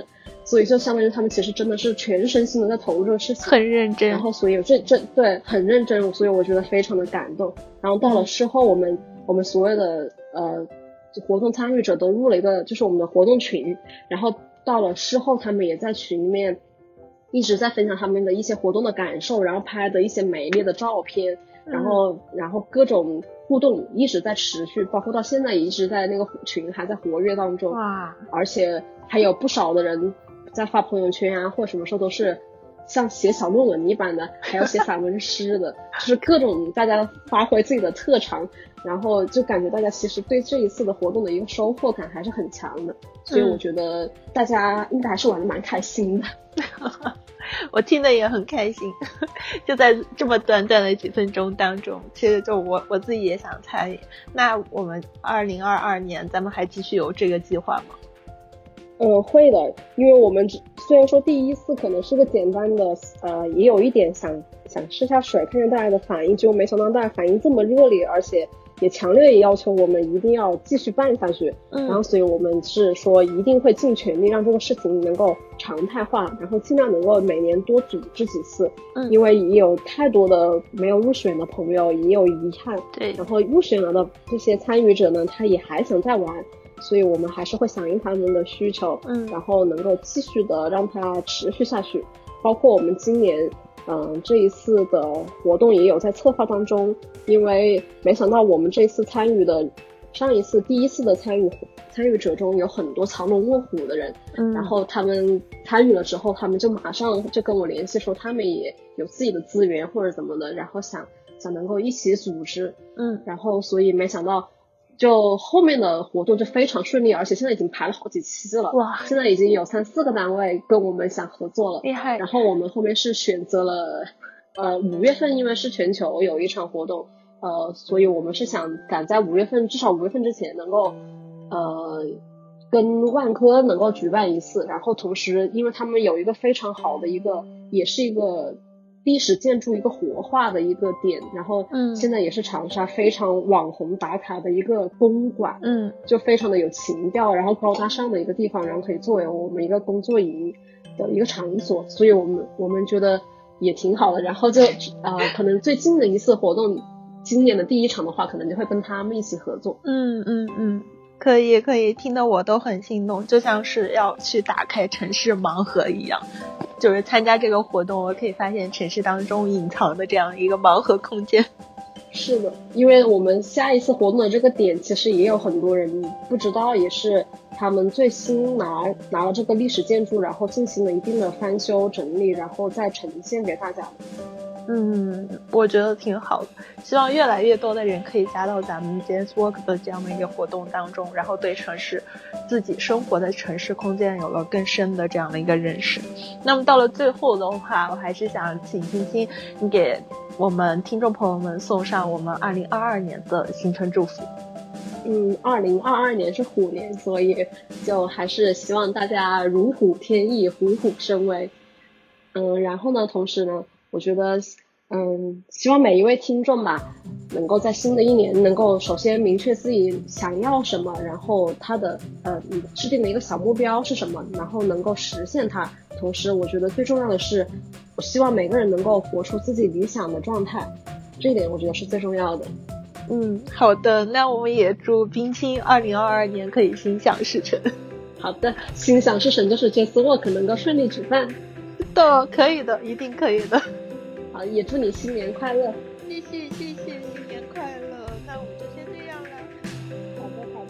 所以就相当于他们其实真的是全身心的在投入这个事情， 很认真。 然后所以这这对很认真，所以我觉得非常的感动。然后到了事后，我们我们所有的呃活动参与者都入了一个就是我们的活动群，然后到了事后，他们也在群里面一直在分享他们的一些活动的感受，然后拍的一些美丽的照片，然后、嗯、然后各种互动一直在持续，包括到现在也一直在那个群还在活跃当中。 哇！ 而且还有不少的人在发朋友圈啊，或者什么时候都是像写小论文一般的，还要写散文诗的，就是各种大家发挥自己的特长，然后就感觉大家其实对这一次的活动的一个收获感还是很强的，所以我觉得大家应该还是玩得蛮开心的。 我听得也很开心，就在这么短短的几分钟当中，其实就我我自己也想参与。那我们二零二二年咱们还继续有这个计划吗？ 呃，会的，因为我们虽然说第一次可能是个简单的，呃，也有一点想想试下水，看看大家的反应，结果没想到大家反应这么热烈，而且也强烈要求我们一定要继续办下去。嗯，然后所以我们是说一定会尽全力让这个事情能够常态化，然后尽量能够每年多组织几次。嗯，因为也有太多的没有入选的朋友也有遗憾。 对， 然后入选了的这些参与者呢，他也还想再玩。所以我们还是会响应他们的需求，嗯，然后能够继续的让它持续下去。包括我们今年，嗯、呃，这一次的活动也有在策划当中，因为没想到我们这次参与的，上一次第一次的参与参与者中有很多藏龙卧虎的人，嗯，然后他们参与了之后，他们就马上就跟我联系说，他们也有自己的资源或者怎么的，然后想想能够一起组织，嗯，然后所以没想到。就后面的活动就非常顺利，而且现在已经排了好几期了。哇！现在已经有三四个单位跟我们想合作了， 厉害。 然后我们后面是选择了，呃，五月份因为是全球有一场活动，呃，所以我们是想赶在五月份，至少五月份之前能够，呃，跟万科能够举办一次。然后同时，因为他们有一个非常好的一个，也是一个。历史建筑一个活化的一个点，然后现在也是长沙非常网红打卡的一个公馆，嗯，就非常的有情调，然后高大上的一个地方，然后可以作为我们一个工作营的一个场所，所以我们我们觉得也挺好的。然后就呃，可能最近的一次活动，今年的第一场的话，可能就会跟他们一起合作。 嗯嗯嗯，可以可以，听得我都很心动，就像是要去打开城市盲盒一样。就是参加这个活动，我可以发现城市当中隐藏的这样一个盲盒空间。 是的，因为我们下一次活动的这个点，其实也有很多人不知道，也是他们最新拿拿了这个历史建筑，然后进行了一定的翻修整理，然后再呈现给大家。 嗯，我觉得挺好的，希望越来越多的人可以加到咱们 James Walk 的这样的一个活动当中，然后对城市自己生活的城市空间有了更深的这样的一个认识。那么到了最后的话，我还是想请青青你给我们听众朋友们送上我们二零二二年的新春祝福。 嗯，二零二二年是虎年，所以就还是希望大家如虎添翼，虎虎生威。嗯，然后呢，同时呢，我觉得，嗯，希望每一位听众吧，能够在新的一年能够首先明确自己想要什么，然后他的呃制定的一个小目标是什么，然后能够实现它。同时，我觉得最重要的是，我希望每个人能够活出自己理想的状态，这一点我觉得是最重要的。 嗯，好的，那我们也祝冰清二零二二年可以心想事成。 好的，心想事成就是 Just Walk 能够顺利举办。 的，可以的，一定可以的。 好，也祝你新年快乐。 谢谢谢谢，新年快乐。那我们就先这样了。 好的好的。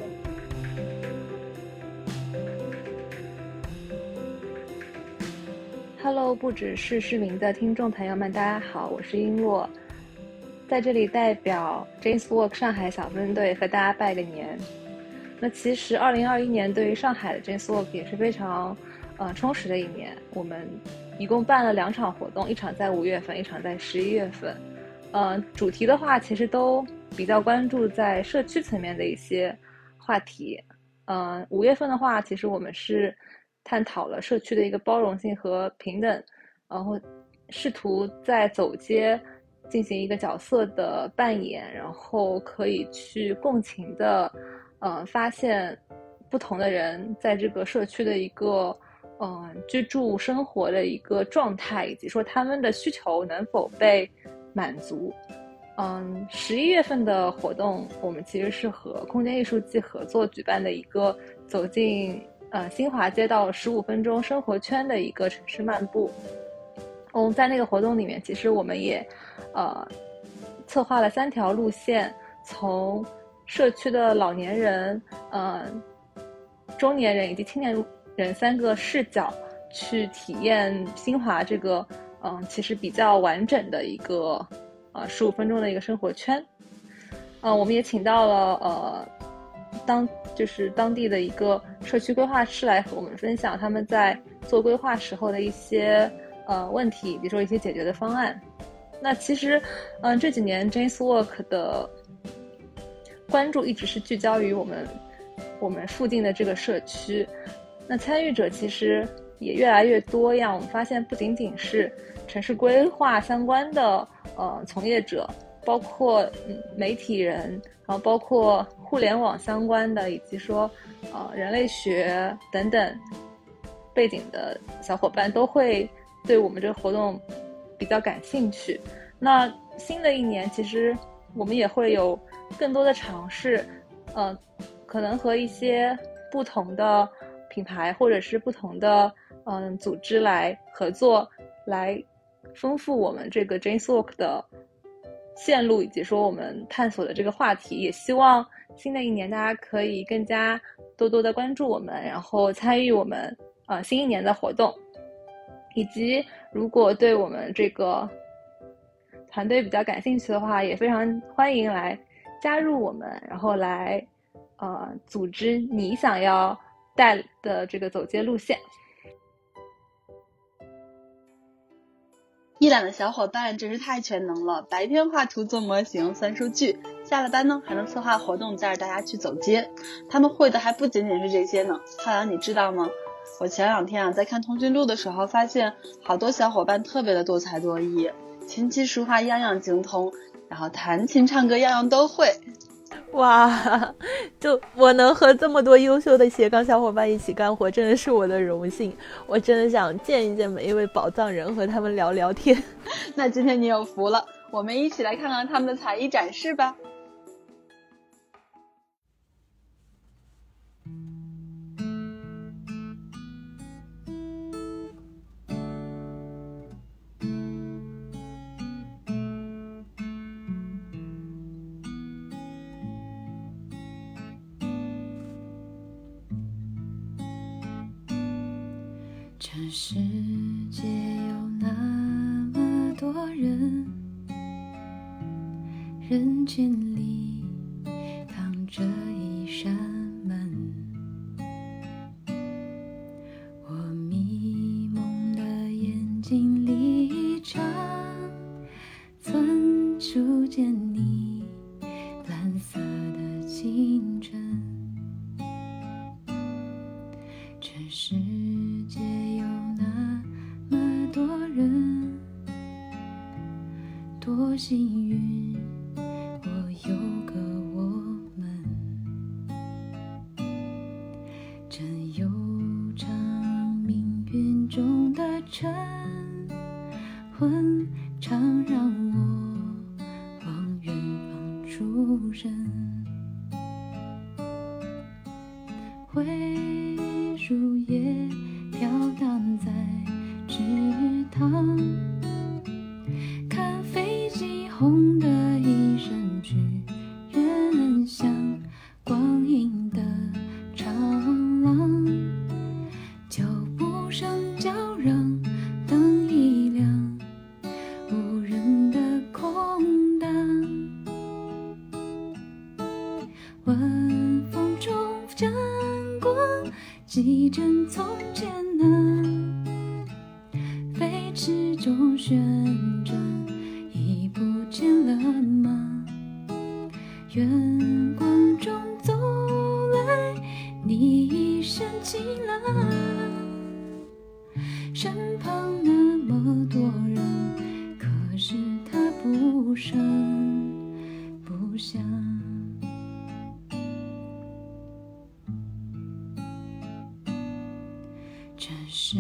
Hello， 不只是市民的听众朋友们，大家好，我是璎珞，在这里代表 James Walk 上海小分队和大家拜个年。那其实二零二一年对于上海的 James Walk 也是非常呃充实的一年，我们一共办了两场活动，一场在五月份，一场在十一月份。呃，主题的话，其实都比较关注在社区层面的一些话题。嗯、呃，五月份的话，其实我们是探讨了社区的一个包容性和平等，然后试图在走街进行一个角色的扮演，然后可以去共情的，呃，发现不同的人在这个社区的一个嗯居住生活的一个状态，以及说他们的需求能否被满足。嗯，十一月份的活动，我们其实是和空间艺术季合作举办的一个走进呃新华街道十五分钟生活圈的一个城市漫步。嗯，在那个活动里面，其实我们也呃策划了三条路线，从社区的老年人、呃中年人以及青年人三个视角去体验新华这个嗯、呃、其实比较完整的一个呃十五分钟的一个生活圈。呃，我们也请到了呃当就是当地的一个社区规划师来和我们分享他们在做规划时候的一些呃问题，比如说一些解决的方案。那其实嗯、呃、这几年 Jane's Walk 的关注一直是聚焦于我们我们附近的这个社区，那参与者其实也越来越多样。我们发现不仅仅是城市规划相关的呃从业者，包括、嗯、媒体人，然后包括互联网相关的，以及说呃人类学等等背景的小伙伴都会对我们这个活动比较感兴趣。那新的一年其实我们也会有更多的尝试，呃可能和一些不同的品牌或者是不同的嗯组织来合作，来丰富我们这个 Jane's Walk 的线路，以及说我们探索的这个话题。也希望新的一年大家可以更加多多的关注我们，然后参与我们呃新一年的活动，以及如果对我们这个团队比较感兴趣的话，也非常欢迎来加入我们，然后来呃组织你想要带的这个走街路线。 一览的小伙伴真是太全能了，白天画图做模型算数据，下了班呢还能策划活动带着大家去走街。他们会的还不仅仅是这些呢。浩洋你知道吗？我前两天啊在看通讯录的时候，发现好多小伙伴特别的多才多艺，琴棋书画样样精通，然后弹琴唱歌样样都会。 哇，就我能和这么多优秀的斜杠小伙伴一起干活，真的是我的荣幸。我真的想见一见每一位宝藏人，和他们聊聊天。 那今天你有福了，我们一起来看看他们的才艺展示吧。 这世界有那么多人，人群里躺着一扇门，我迷蒙的眼睛里常曾初见你蓝色的清晨。这世界有那么多人，多幸运我有个我们，真有场命运中的晨昏，常让我往远方出神，灰树叶飘荡在池塘，看飞机轰的一声去，远向光阴的长廊，脚步声叫嚷，灯一亮，无人的空荡，晚风中沾光，几帧从前啊，飞驰中旋转，已不见了吗？远光中走来，你已升起了，身旁那么多人，可是他不声不响。这世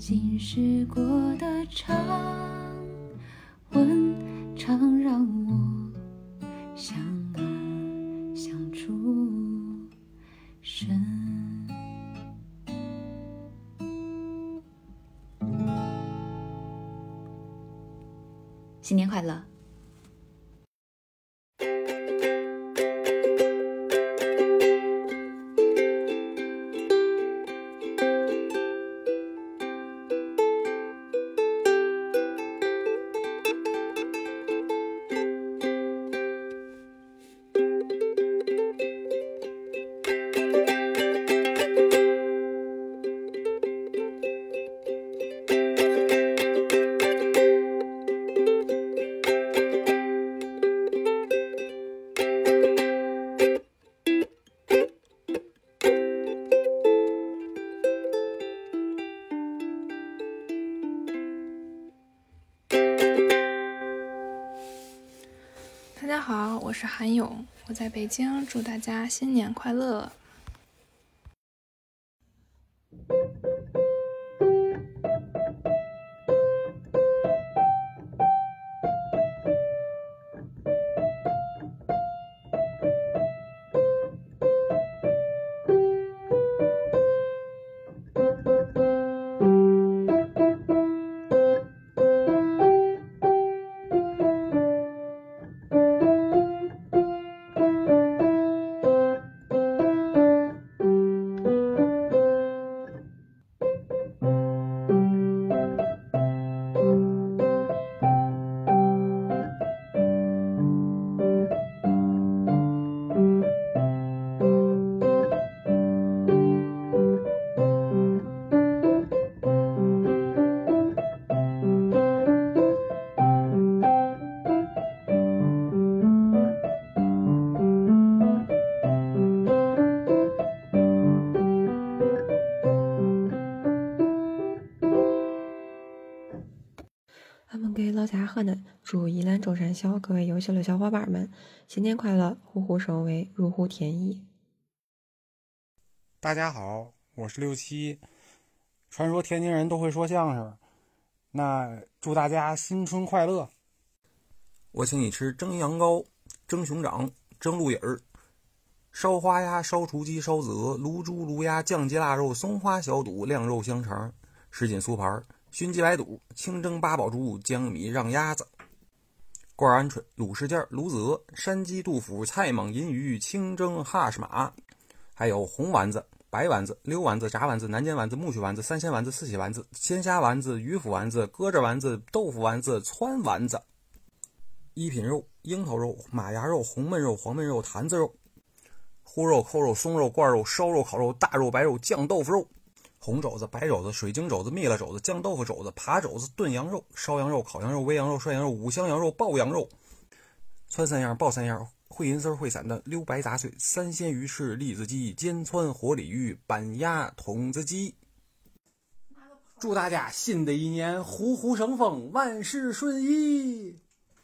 经试过的长吻，常让我相爱相出神。 新年快乐！ 大家好，我是韩勇，我在北京，祝大家新年快乐。 俺们给老家河南祝宜兰中山小各位优秀的小伙伴们新年快乐，虎虎生威，如虎添翼。 大家好，我是六七。传说天津人都会说相声，那祝大家新春快乐。 我请你吃蒸羊羔、蒸熊掌、蒸鹿尾儿、烧花鸭、烧雏鸡、烧子鹅、卤猪、卤鸭、酱鸡腊肉、松花小肚、晾肉香肠、什锦酥盘、熏鸡白肚、清蒸八宝猪、江米让鸭子、罐鹌鹑、卤什件、卤子鹅、山鸡杜甫、菜蟒银鱼、清蒸哈什马，还有红丸子、白丸子、溜丸子、炸丸子、南煎丸子、木须丸子、三鲜丸子、四喜丸子、鲜虾丸子、鱼腐丸子、鸽子丸子、豆腐丸子、汆丸子、一品肉、樱桃肉、马牙肉、红焖肉、黄焖肉、坛子肉、烀肉、扣肉、松肉、罐肉、烧肉、烤肉、大肉、白肉、酱豆腐肉、红肘子、白肘子、水晶肘子、蜜了肘子、酱豆腐肘子、扒肘子、炖羊肉、烧羊肉、烤羊肉、煨羊肉、涮羊肉、五香羊肉、爆羊肉、汆三样、爆三样、烩银丝烩散的、溜白杂碎、三鲜鱼翅、栗子鸡、煎汆活鲤鱼、板鸭、筒子鸡。祝大家新的一年虎虎生风，万事顺意。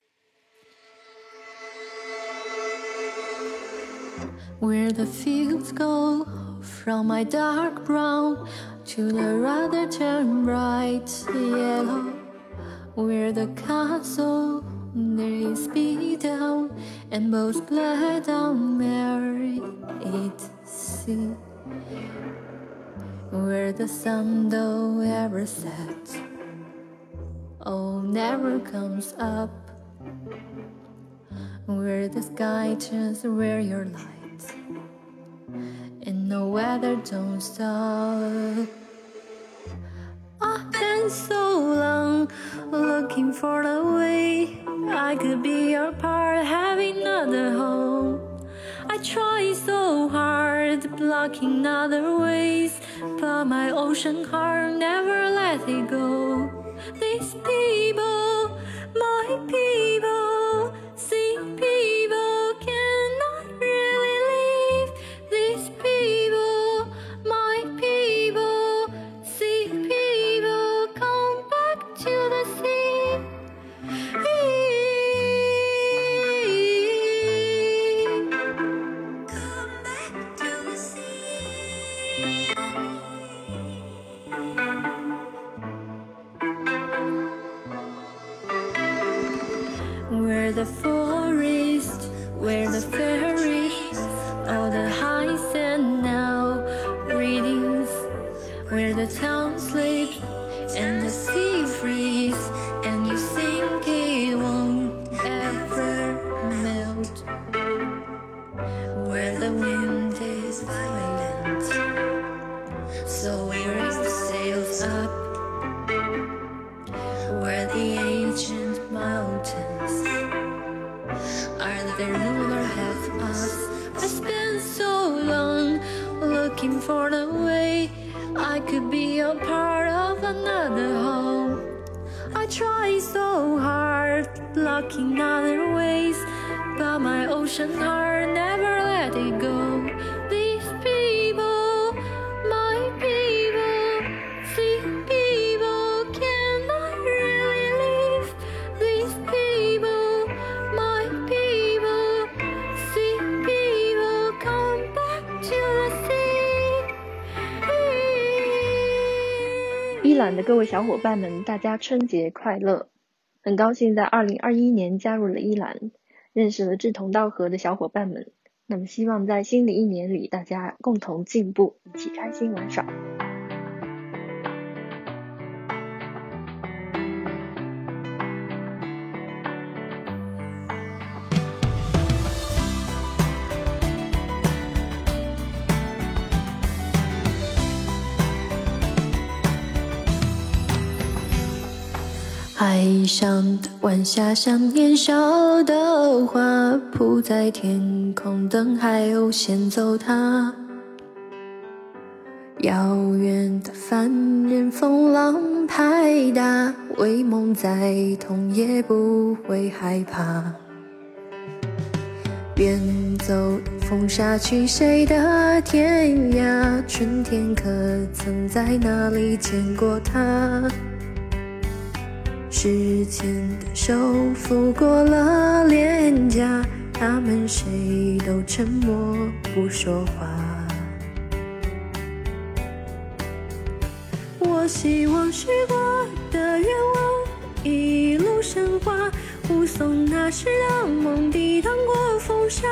Where the fields go from my dark brown to the rather turn bright yellow, where the castle lays me down and both glad I'll marry it sea, where the sun though ever sets, oh never comes up, where the sky turns where your light and the weather don't stop. I've been so long looking for the way I could be your part, having another home. I try so hard blocking other ways, but my ocean heart never let it go. These people, my people, see people cannot really leave. These people, my people, see people come back to the sea. Come back to the sea. where the forest, where the fairies, all the highs and now readings, where the town sleeps and the sea freezes, and you think it won't ever melt, where the wind is violent, so we raise the sails up, where the ancient mountains are the ruler of us. I spent so long looking for the way I could be a part of another home. I try so hard blocking other ways, but my ocean heart never let it go. These people, my people, see people, can I really leave? These people, my people, see people, come back to the sea. 伊朗的各位小伙伴们，大家春节快乐！很高兴在二零二一年加入了伊朗，认识了志同道合的小伙伴们。那么希望在新的一年里，大家共同进步，一起开心玩耍。 海上的晚霞像年少的花，铺在天空，等海鸥先走它。遥远的凡人风浪拍打，为梦再痛也不会害怕。远走的风沙去谁的天涯？春天可曾在哪里见过它？时间的手抚过了脸颊，他们谁都沉默不说话。我希望许过的愿望一路升华，护送那时的梦抵挡过风沙。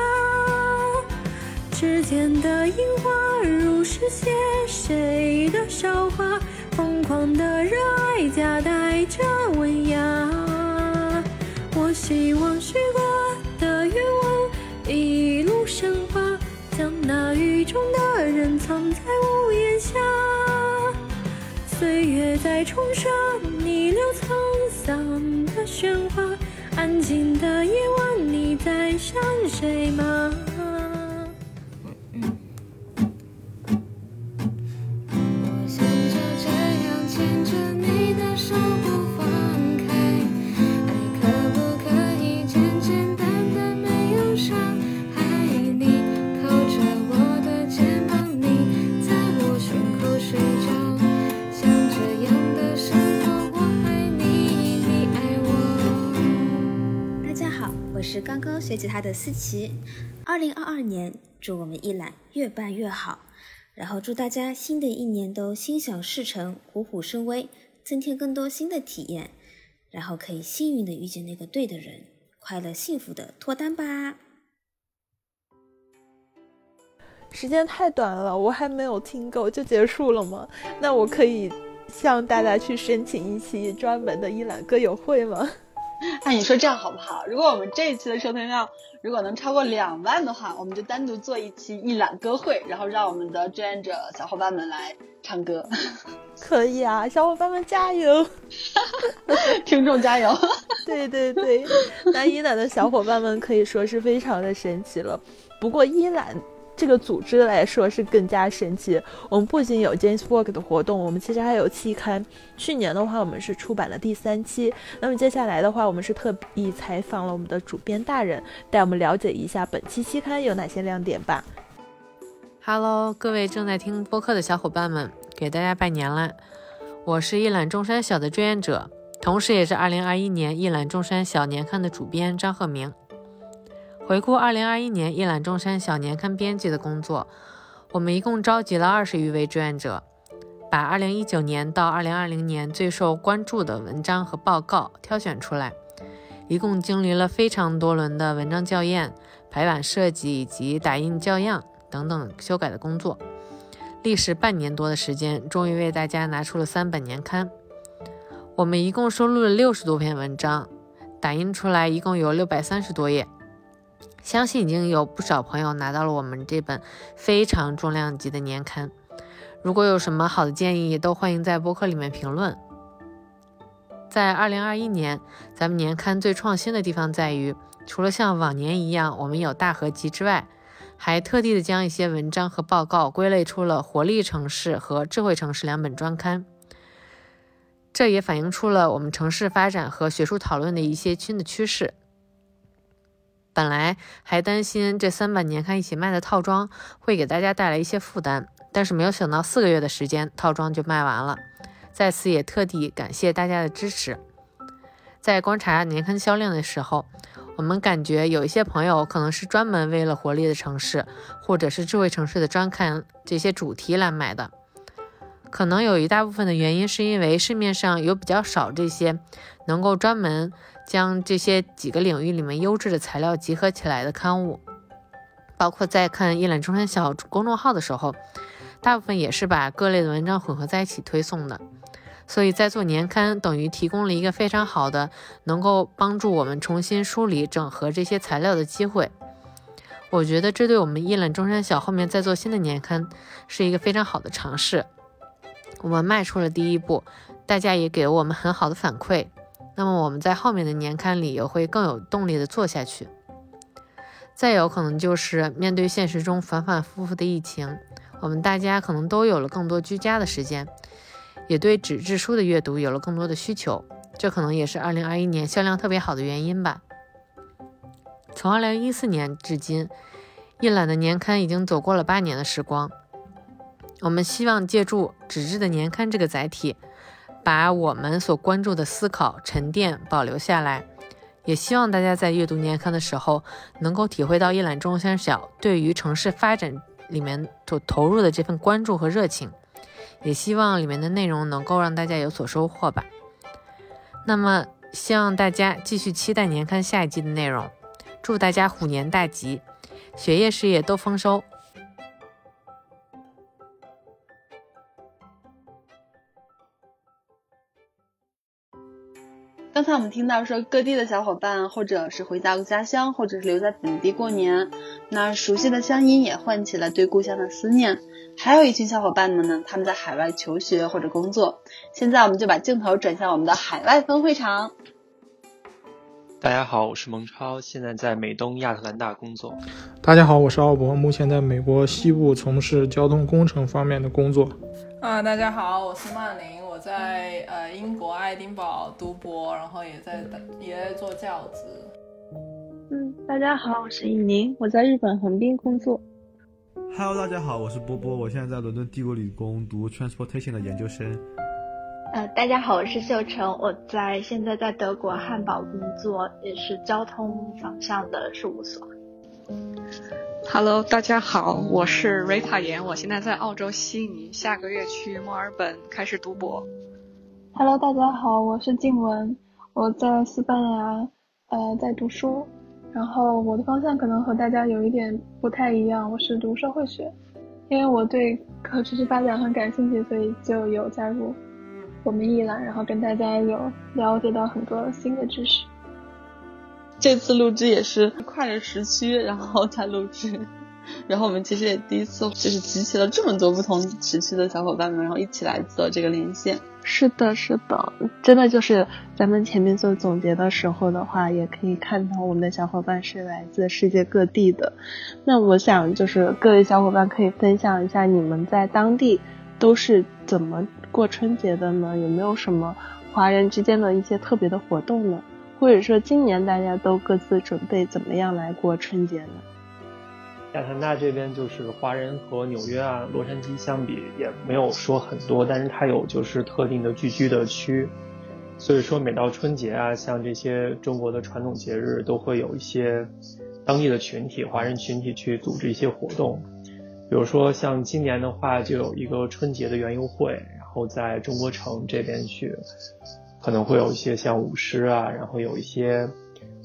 指尖的樱花如是写谁的韶华，疯狂的热爱夹带着温雅。我希望许过的愿望一路升华，将那雨中的人藏在屋檐下。岁月在冲刷逆流沧桑的喧哗，安静的夜晚你在想谁吗？ 刚刚学吉他的思琪，二零二二年祝我们一览越办越好，然后祝大家新的一年都心想事成，虎虎生威，增添更多新的体验，然后可以幸运的遇见那个对的人，快乐幸福的脱单吧。 时间太短了，我还没有听够就结束了吗？那我可以向大家去申请一期专门的一览歌友会吗？ 哎，你说这样好不好？如果我们这一期的收听量如果能超过两万的话，我们就单独做一期一览歌会，然后让我们的志愿者小伙伴们来唱歌。 可以啊，小伙伴们加油！ 听众加油！ 对对对，那一览的小伙伴们可以说是非常的神奇了。不过一览这个组织来说是更加神奇，我们不仅有 James Work 的活动，我们其实还有期刊。去年的话我们是出版了第三期，那么接下来的话我们是特意采访了我们的主编大人，带我们了解一下本期期刊有哪些亮点吧。 Hello， 各位正在听播客的小伙伴们，给大家拜年了！我是一览众山小的志愿者，同时也是二零二一年一览众山小年刊的主编张鹤鸣。回顾二零二一年一览众山小年刊编辑的工作，我们一共召集了二十余位志愿者，把二零一九年到二零二零年最受关注的文章和报告挑选出来， 一共经历了非常多轮的文章校验、排版设计以及打印校样等等修改的工作，历时半年多的时间，终于为大家拿出了三本年刊。我们一共收录了六十多篇文章，打印出来一共有六百三十多页。相信已经有不少朋友拿到了我们这本非常重量级的年刊。如果有什么好的建议，都欢迎在播客里面评论。在二零二一年，咱们年刊最创新的地方在于，除了像往年一样我们有大合集之外，还特地的将一些文章和报告归类出了活力城市和智慧城市两本专刊。这也反映出了我们城市发展和学术讨论的一些新的趋势。本来还担心这三本年刊一起卖的套装会给大家带来一些负担，但是没有想到四个月的时间套装就卖完了，在此也特地感谢大家的支持。在观察年刊销量的时候，我们感觉有一些朋友可能是专门为了活力的城市或者是智慧城市的专刊这些主题来买的，可能有一大部分的原因是因为市面上有比较少这些能够专门将这些几个领域里面优质的材料集合起来的刊物。包括在看一览中山小公众号的时候，大部分也是把各类的文章混合在一起推送的，所以在做年刊等于提供了一个非常好的能够帮助我们重新梳理整合这些材料的机会。我觉得这对我们一览中山小后面再做新的年刊是一个非常好的尝试。我们迈出了第一步，大家也给了我们很好的反馈，那么我们在后面的年刊里也会更有动力的做下去。再有可能就是面对现实中反反复复的疫情，我们大家可能都有了更多居家的时间，也对纸质书的阅读有了更多的需求，这可能也是二零二一年销量特别好的原因吧。从二零一四年至今，一览的年刊已经走过了八年的时光。我们希望借助纸质的年刊这个载体，把我们所关注的思考沉淀保留下来，也希望大家在阅读年刊的时候能够体会到一览中山小对于城市发展里面所投入的这份关注和热情，也希望里面的内容能够让大家有所收获吧。那么希望大家继续期待年刊下一季的内容，祝大家虎年大吉，学业事业都丰收。 刚才我们听到说各地的小伙伴或者是回到家乡，或者是留在本地过年，那熟悉的乡音也唤起了对故乡的思念。还有一群小伙伴们呢，他们在海外求学或者工作。现在我们就把镜头转向我们的海外分会场。 大家好，我是蒙超，现在在美东亚特兰大工作。 大家好，我是奥博，目前在美国西部从事交通工程方面的工作。 啊，大家好，我是曼玲，我在呃英国爱丁堡读博，然后也在也在做教职。 嗯，大家好，我是尹宁，我在日本横滨工作。 Hello， 大家好，我是波波，我现在在伦敦帝国理工读 Transportation 的研究生。 呃，大家好，我是秀成，我在现在在德国汉堡工作，也是交通方向的事务所。 Hello， 大家好，我是瑞塔妍，我现在在澳洲悉尼，下个月去墨尔本开始读博。 Hello， 大家好，我是静雯，我在西班牙，呃，在读书，然后我的方向可能和大家有一点不太一样，我是读社会学，因为我对可持续发展很感兴趣，所以就有加入我们一览，然后跟大家有了解到很多新的知识。 这次录制也是跨着时区然后才录制，然后我们其实也第一次就是集齐了这么多不同时区的小伙伴们，然后一起来做这个连线。 是的是的，真的就是咱们前面做总结的时候的话，也可以看到我们的小伙伴是来自世界各地的。那我想就是各位小伙伴可以分享一下你们在当地都是怎么过春节的呢？有没有什么华人之间的一些特别的活动呢？或者说今年大家都各自准备怎么样来过春节呢？ 亚特兰大这边就是华人和纽约啊、洛杉矶相比也没有说很多，但是它有就是特定的聚居的区，所以说每到春节啊，像这些中国的传统节日都会有一些当地的群体、华人群体去组织一些活动。比如说像今年的话就有一个春节的园游会，然后在中国城这边去可能会有一些像舞狮啊，然后有一些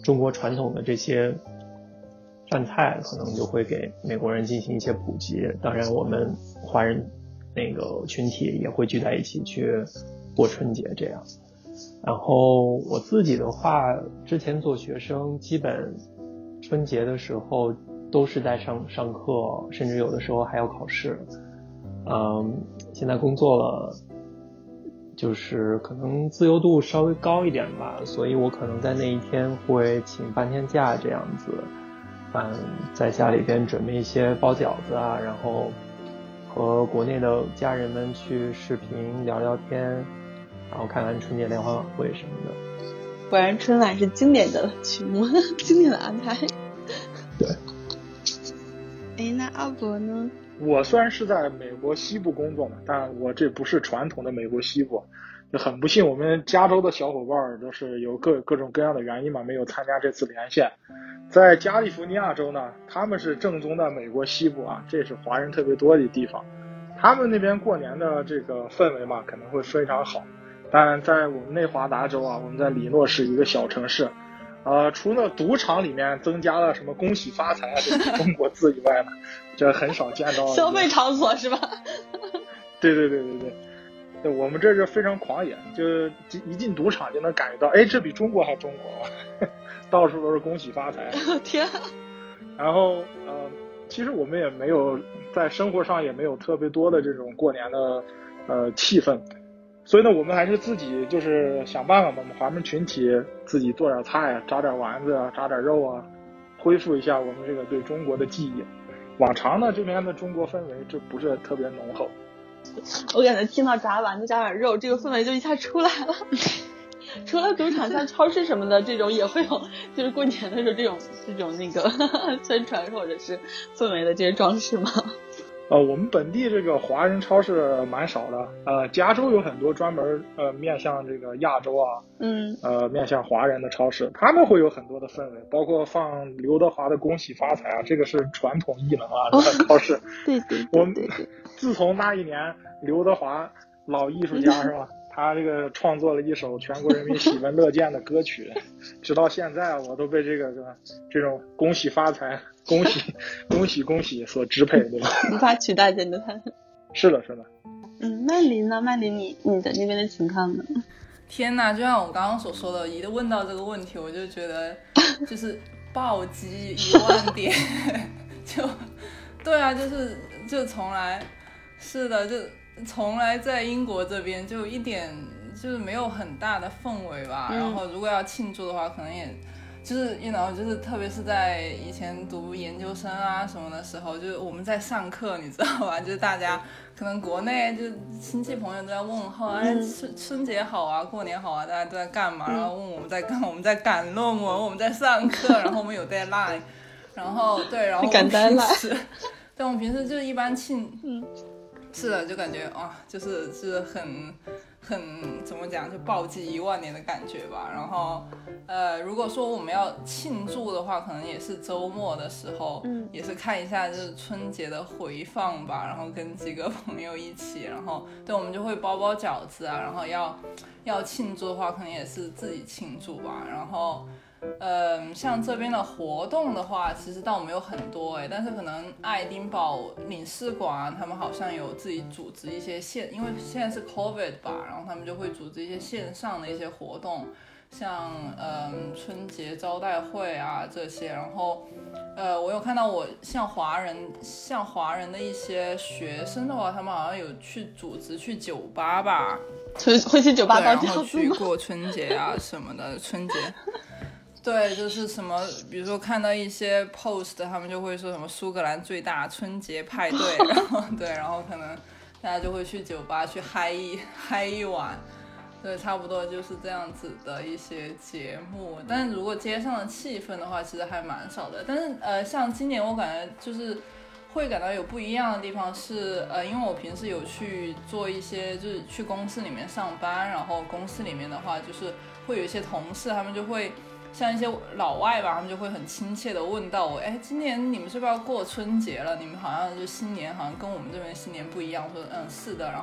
中国传统的这些饭菜可能就会给美国人进行一些普及，当然我们华人那个群体也会聚在一起去过春节这样。然后我自己的话，之前做学生基本春节的时候都是在上上课，甚至有的时候还要考试。嗯，现在工作了，就是可能自由度稍微高一点吧，所以我可能在那一天会请半天假这样子。嗯，在家里边准备一些包饺子啊，然后和国内的家人们去视频聊聊天，然后看看春节联欢晚会什么的。 果然春晚是经典的曲目，经典的安排。 对。 哎，那阿伯呢？ 我虽然是在美国西部工作嘛，但我这不是传统的美国西部，就很不幸，我们加州的小伙伴都是有各各种各样的原因嘛，没有参加这次连线。在加利福尼亚州呢，他们是正宗的美国西部啊，这是华人特别多的地方。他们那边过年的这个氛围嘛，可能会非常好。但在我们内华达州啊，我们在里诺市一个小城市，呃，除了赌场里面增加了什么恭喜发财啊这些中国字以外呢，这很少见到消费场所是吧？ 对对对对对。对，我们这就非常狂野，就一进赌场就能感觉到，哎，这比中国还中国，到处都是恭喜发财。 天、啊！ 然后，呃，其实我们也没有在生活上也没有特别多的这种过年的呃气氛，所以呢，我们还是自己就是想办法吧，我们华人群体自己做点菜啊，炸点丸子啊，炸点肉啊，恢复一下我们这个对中国的记忆。往常呢，这边的中国氛围这不是特别浓厚。 我感觉听到炸丸子、炸点肉，这个氛围就一下出来了。除了赌场，像超市什么的这种也会有，就是过年的时候这种这种那个宣传或者是氛围的这些装饰吗？ 呃，我们本地这个华人超市蛮少的，呃，加州有很多专门呃面向这个亚洲啊， 嗯， 呃面向华人的超市，他们会有很多的氛围，包括放刘德华的《恭喜发财》啊，这个是传统艺能啊，这个超市。 对对对， 我们自从那一年刘德华老艺术家是吧？他这个创作了一首全国人民喜闻乐见的歌曲，直到现在我都被这个这种恭喜发财、恭喜恭喜恭喜所支配，对吧？ 无法取代，真的。 是的，是的。 嗯，曼琳呢？曼琳，你你的那边的情况呢？ 天哪！就像我刚刚所说的，一问到这个问题，我就觉得就是暴击一万点，就对啊，就是就从来是的就。从来在英国这边就一点就是没有很大的氛围吧、嗯、然后如果要庆祝的话可能也就是you know就是特别是在以前读研究生啊什么的时候，就是我们在上课你知道吧，就是大家可能国内就亲戚朋友都在问候、嗯、哎春春节好啊，过年好啊，大家都在干嘛、嗯、然后问我们在干我们在赶论文，我们在上课，然后我们有 deadline 然后对然后我们平时对我们平时就一般庆嗯是的，就感觉哇，就是是很很怎么讲，就暴击一万年的感觉吧。然后，呃，如果说我们要庆祝的话，可能也是周末的时候，嗯，也是看一下就是春节的回放吧。然后跟几个朋友一起，然后对，我们就会包包饺子啊。然后要要庆祝的话，可能也是自己庆祝吧。然后。嗯，像这边的活动的话，其实倒没有很多哎，但是可能爱丁堡领事馆、啊、他们好像有自己组织一些线，因为现在是 COVID 吧，然后他们就会组织一些线上的一些活动，像嗯春节招待会啊这些，然后呃我有看到我像华人像华人的一些学生的话，他们好像有去组织去酒吧吧， 会去酒吧包饺子，然后去过春节啊什么的春节。对，就是什么，比如说看到一些 post， 他们就会说什么苏格兰最大春节派对，然后对，然后可能大家就会去酒吧去嗨一嗨一晚，对，差不多就是这样子的一些节目。但是如果街上的气氛的话，其实还蛮少的。但是呃，像今年我感觉就是会感到有不一样的地方是，呃，因为我平时有去做一些，就是去公司里面上班，然后公司里面的话，就是会有一些同事，他们就会。像一些老外吧，他们就会很亲切的问到我，哎，今年你们是不是要过春节了？你们好像就新年好像跟我们这边新年不一样。我说嗯是的，然后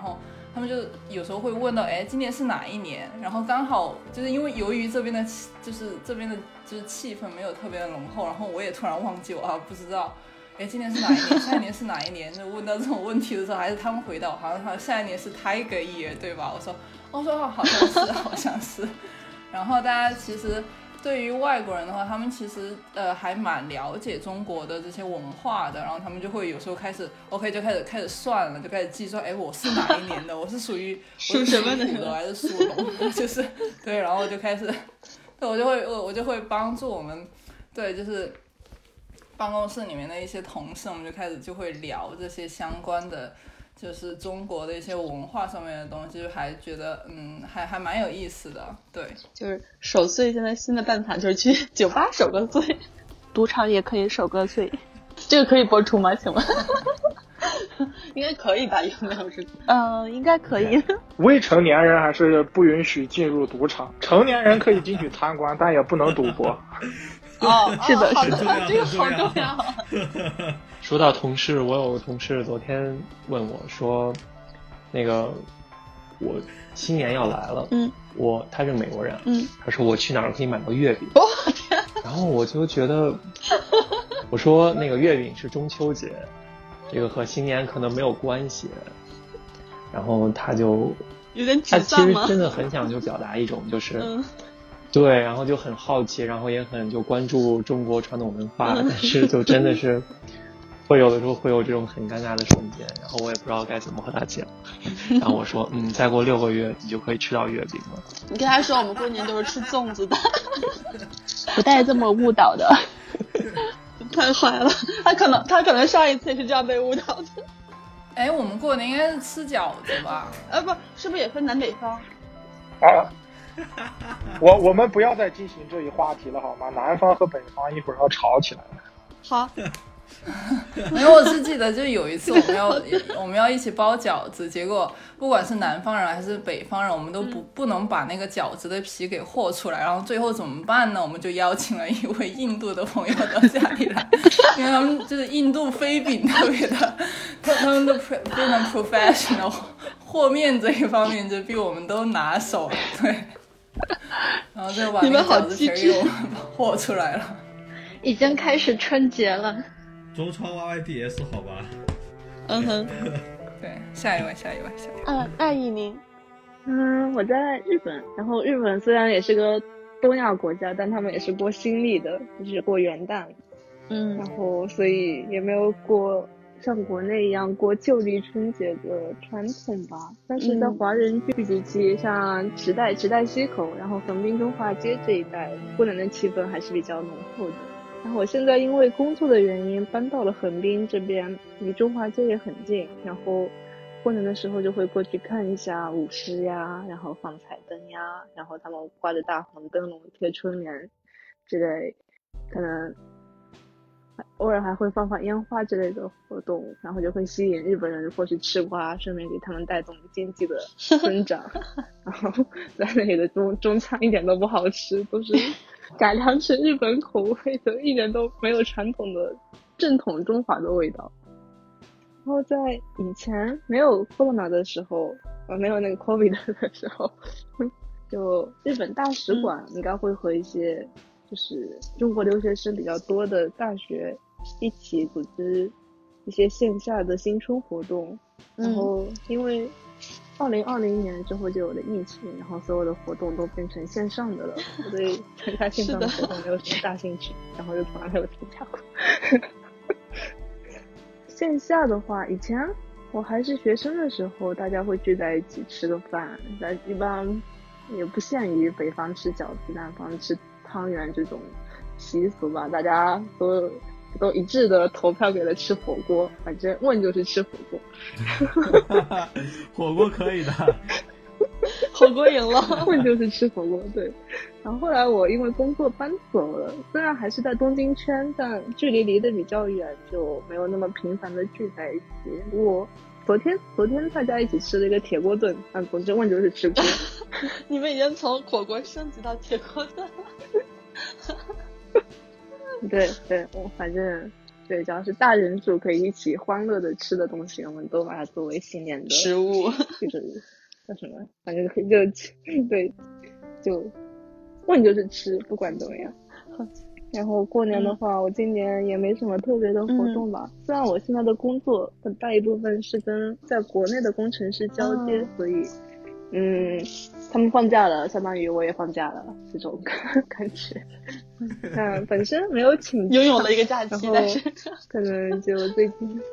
他们就有时候会问到，哎，今年是哪一年？然后刚好就是因为由于这边的就是这边的就是气氛没有特别的浓厚，然后我也突然忘记我啊不知道，哎，今年是哪一年？下一年是哪一年？就问到这种问题的时候，还是他们回答我，好像好像下一年是 Tiger Year 对吧？我说，我说好像是好像是。然后大家其实对于外国人的话，他们其实呃还蛮了解中国的这些文化的，然后他们就会有时候开始 OK 就开始开始算了，就开始计算，哎，我是哪一年的？我是属于属什么的还是属龙？就是对，然后我就开始，对我就会我我就会帮助我们，对，就是办公室里面的一些同事，我们就开始就会聊这些相关的。就是中国的一些文化上面的东西，就还觉得嗯，还还蛮有意思的。对， 就是守岁，现在新的办法就是去酒吧守个岁， 赌场也可以守个岁。 这个可以播出吗？请问？应该可以吧？有没有这个？ 嗯、呃，应该可以。 未成年人还是不允许进入赌场，成年人可以进去参观，但也不能赌博。 哦， 是的， 是的，这个好重要。 说到同事，我有同事昨天问我说，那个我新年要来了， 嗯， 我他是美国人， 嗯， 他说我去哪儿可以买到月饼？ 哇天！ 然后我就觉得，我说那个月饼是中秋节，这个和新年可能没有关系。然后他就有点他其实沮丧吗？ 真的很想就表达一种就是。 嗯对，然后就很好奇，然后也很就关注中国传统文化， 嗯、 但是就真的是会有的时候会有这种很尴尬的瞬间，然后我也不知道该怎么和他讲。然后我说，嗯，再过六个月你就可以吃到月饼了。 你跟他说我们过年都是吃粽子的， 不带这么误导的。 太坏了，他可能他可能上一次也是这样被误导的。 哎，我们过年应该是吃饺子吧？ 啊，不是不是也分南北方？ 啊。我我们不要再进行这一话题了好吗？南方和北方一会儿要吵起来了。 好， 因为我是记得就有一次我们要我们要一起包饺子，结果不管是南方人还是北方人，我们都不不能把那个饺子的皮给和出来，然后最后怎么办呢？我们就邀请了一位印度的朋友到家里来，因为他们就是印度飞饼特别的，他他们的非常 professional， 和面这一方面就比我们都拿手，对。然后就把那个饺子皮给我们和出来了。 已经开始春节了。 中超 Y Y D S 好吧。 嗯哼。 对，下一位，下一位，下一位。 嗯，爱意您。 嗯，我在日本，然后日本虽然也是个东亚国家，但他们也是过新历的，就是过元旦。 嗯， 然后所以也没有过像国内一样过旧历春节的传统吧。但是在华人聚集区，像池袋、池袋西口，然后横滨中华街这一带，过年的气氛还是比较浓厚的。然后我现在因为工作的原因搬到了横滨这边，离中华街也很近，然后过年的时候就会过去看一下舞狮呀，然后放彩灯呀，然后他们挂着大红灯笼贴春联之类，可能偶尔还会放放烟花之类的活动，然后就会吸引日本人过去吃瓜，顺便给他们带动经济的增长。然后在那里的中中餐一点都不好吃，都是改良成日本口味的，一点都没有传统的正统中华的味道。然后在以前没有 corona 的时候，呃，没有那个 covid 的时候，就日本大使馆应该会和一些就是中国留学生比较多的大学一起组织一些线下的新春活动。然后因为二零二零年之后就有了疫情，然后所有的活动都变成线上的了，我对参加线上的活动没有什么大兴趣，然后就从来没有参加过。线下的话，以前我还是学生的时候，大家会聚在一起吃个饭，但一般也不限于北方吃饺子，南方吃汤圆这种习俗吧，大家都都一致的投票给了吃火锅，反正问就是吃火锅。 火锅可以的。 火锅赢了。 问就是吃火锅，对。然后后来我因为工作搬走了，虽然还是在东京圈，但距离离得比较远，就没有那么频繁的聚在一起。我昨天昨天大家一起吃了一个铁锅炖，但总之问就是吃锅。 你们已经从火锅升级到铁锅炖了。 对对，我反正对，只要是大人数可以一起欢乐的吃的东西，我们都把它作为新年的食物， 就是叫什么，反正就对，就问就是吃，不管怎么样。然后过年的话，嗯、我今年也没什么特别的活动吧。嗯、虽然我现在的工作很大一部分是跟在国内的工程师交接，哦、所以，嗯，他们放假了，相当于我也放假了，这种感觉。嗯，本身没有请假， 拥有了一个假期，但是可能就最近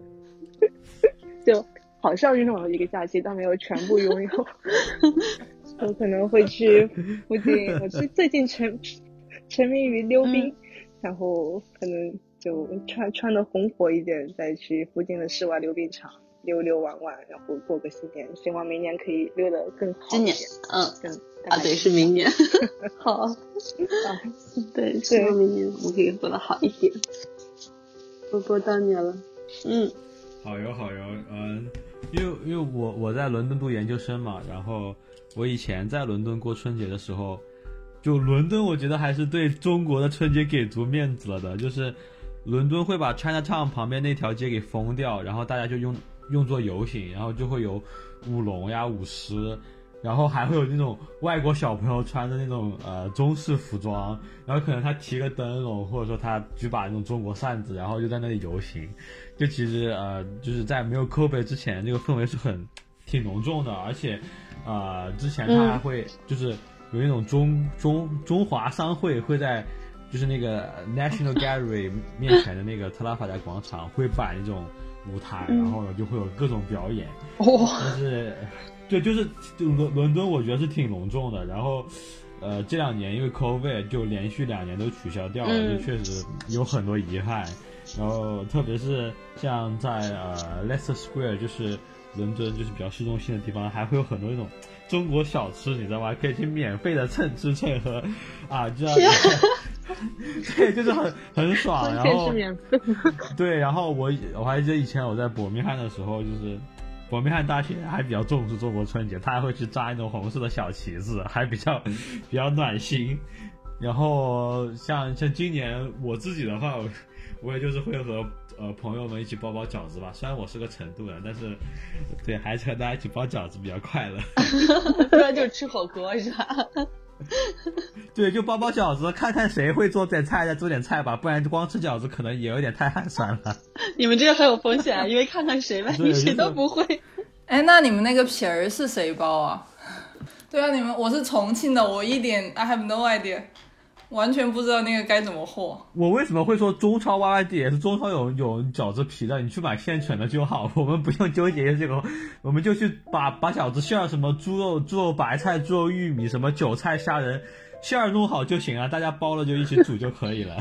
就好像拥有了一个假期，但没有全部拥有。我可能会去附近，我最最近沉沉迷于溜冰，嗯、然后可能就穿穿的红火一点，再去附近的室外溜冰场溜溜玩玩，然后过个新年，希望明年可以溜得更好一点。 今年，嗯， 更啊，对，是明年。 好，啊， 对，希望明年我们可以过得好一点。波波到你了，嗯， 好哟好哟，嗯，因为因为我我在伦敦读研究生嘛，然后我以前在伦敦过春节的时候。就伦敦我觉得还是对中国的春节给足面子了的，就是伦敦会把 Chinatown 旁边那条街给封掉，然后大家就用用作游行，然后就会有舞龙呀舞狮，然后还会有那种外国小朋友穿的那种呃中式服装，然后可能他提个灯笼，或者说他举把那种中国扇子，然后就在那里游行。就其实呃就是在没有 COVID 之前，这个氛围是很挺浓重的，而且呃之前他还会就是有那种中中中华商会会在就是那个 National Gallery 面前的那个特拉法加广场会摆那种舞台，然后呢就会有各种表演。 哇！ 但是对，就是就伦伦敦我觉得是挺隆重的，然后呃这两年因为 COVID 就连续两年都取消掉了，嗯、就确实有很多遗憾。然后特别是像在呃 Leicester Square 就是伦敦就是比较市中心的地方，还会有很多那种中国小吃，你知道吗？可以去免费的蹭吃蹭喝啊，这样对，就是很很爽。然后是免费对，然后我我还记得以前我在伯明翰的时候，就是伯明翰大学还比较重视中国春节，他还会去扎那种红色的小旗子，还比较比较暖心。然后像像今年我自己的话，我我也就是会和呃朋友们一起包包饺子吧。虽然我是个成都人，但是对还是和大家一起包饺子比较快乐。 不然就吃火锅是吧？ 对，就包包饺子，看看谁会做点菜再做点菜吧，不然光吃饺子可能也有点太寒酸了。 你们这个很有风险啊，因为看看谁吧，你谁都不会。 哎，那你们那个皮儿是谁包啊？对啊，你们我是重庆的，我一点 I have no idea。完全不知道那个该怎么和。 我为什么会说中超 Y Y D 也是中超有有饺子皮的，你去买现成的就好，我们不用纠结这个，我们就去把把饺子馅儿什么猪肉猪肉白菜猪肉玉米什么韭菜虾仁馅儿弄好就行了，大家包了就一起煮就可以了。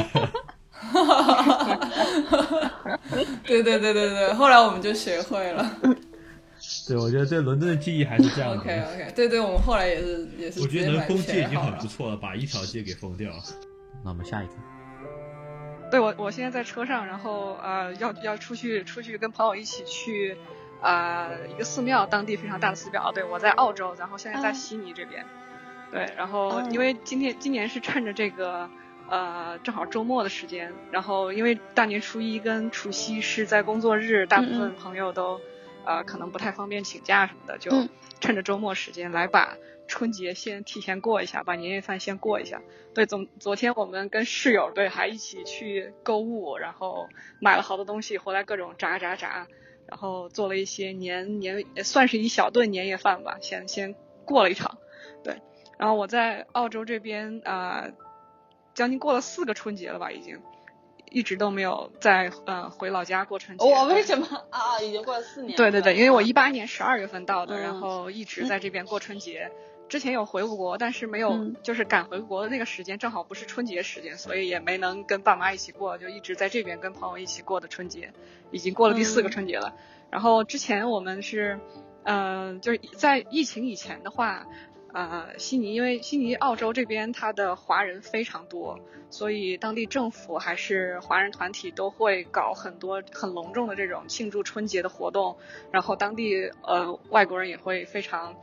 对对对对对，后来我们就学会了。 对，我觉得对伦敦的记忆还是这样的。 OK OK， 对对，我们后来也是也是。 我觉得能封街已经很不错了，把一条街给封掉。那我们下一个。 对，我我现在在车上，然后呃要要出去出去跟朋友一起去啊、呃、一个寺庙，当地非常大的寺庙。对，我在澳洲，然后现在在悉尼这边。嗯、对，然后因为今天今年是趁着这个呃正好周末的时间，然后因为大年初一跟除夕是在工作日，大部分朋友都。嗯嗯呃，可能不太方便请假什么的，就趁着周末时间来把春节先提前过一下，把年夜饭先过一下。对，总昨天我们跟室友对还一起去购物，然后买了好多东西回来，各种炸炸炸，然后做了一些年年算是一小顿年夜饭吧，先先过了一场。对，然后我在澳洲这边啊、呃，将近过了四个春节了吧，已经。一直都没有在呃回老家过春节。 我、哦、为什么啊？已经过了四年了。 对对对，因为我一八年十二月份到的、嗯，然后一直在这边过春节。嗯、之前有回过国，但是没有、嗯、就是赶回国的那个时间正好不是春节时间，所以也没能跟爸妈一起过，就一直在这边跟朋友一起过的春节，已经过了第四个春节了。嗯、然后之前我们是，呃，就是在疫情以前的话。呃，悉尼因为悉尼澳洲这边它的华人非常多，所以当地政府还是华人团体都会搞很多很隆重的这种庆祝春节的活动，然后当地呃外国人也会非常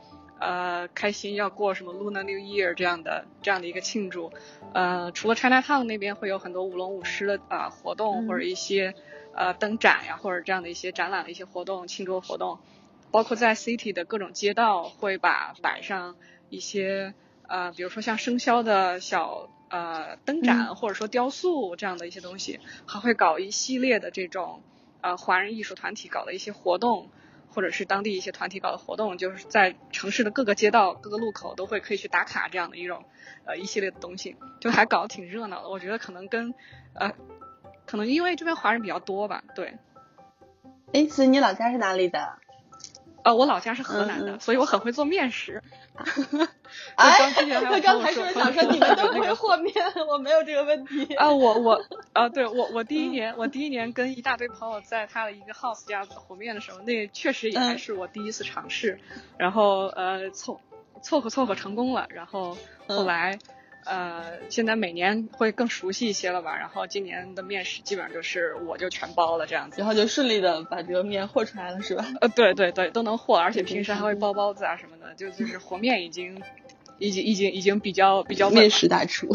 呃开心要过什么 Lunar New Year 这样的这样的一个庆祝。呃，除了 Chinatown 那边会有很多舞龙舞狮的啊、呃、活动，或者一些呃灯展呀，或者这样的一些展览的一些活动、庆祝活动，包括在 City 的各种街道会把摆上一些呃，比如说像生肖的小呃灯展、嗯、或者说雕塑这样的一些东西，还会搞一系列的这种呃华人艺术团体搞的一些活动，或者是当地一些团体搞的活动，就是在城市的各个街道、各个路口都会可以去打卡这样的一种呃一系列的东西，就还搞得挺热闹的。我觉得可能跟呃，可能因为这边华人比较多吧，对。 哎，所以你老家是哪里的？ 呃，我老家是河南的，嗯嗯，所以我很会做面食。 哎，他刚才是不是想说你们都会和面？我没有这个问题。 啊，我我啊，对我我第一年、嗯、我第一年跟一大堆朋友在他的一个 house 家和面的时候，那确实也还是我第一次尝试，嗯、然后呃凑凑合凑合成功了，然后后来。嗯呃，现在每年会更熟悉一些了吧，然后今年的面食基本上就是我就全包了这样子， 然后就顺利的把这个面和出来了是吧？ 呃，对对对，都能和，而且平时还会包包子啊什么的，就就是和面已经已经已经已经比较比较面食大厨，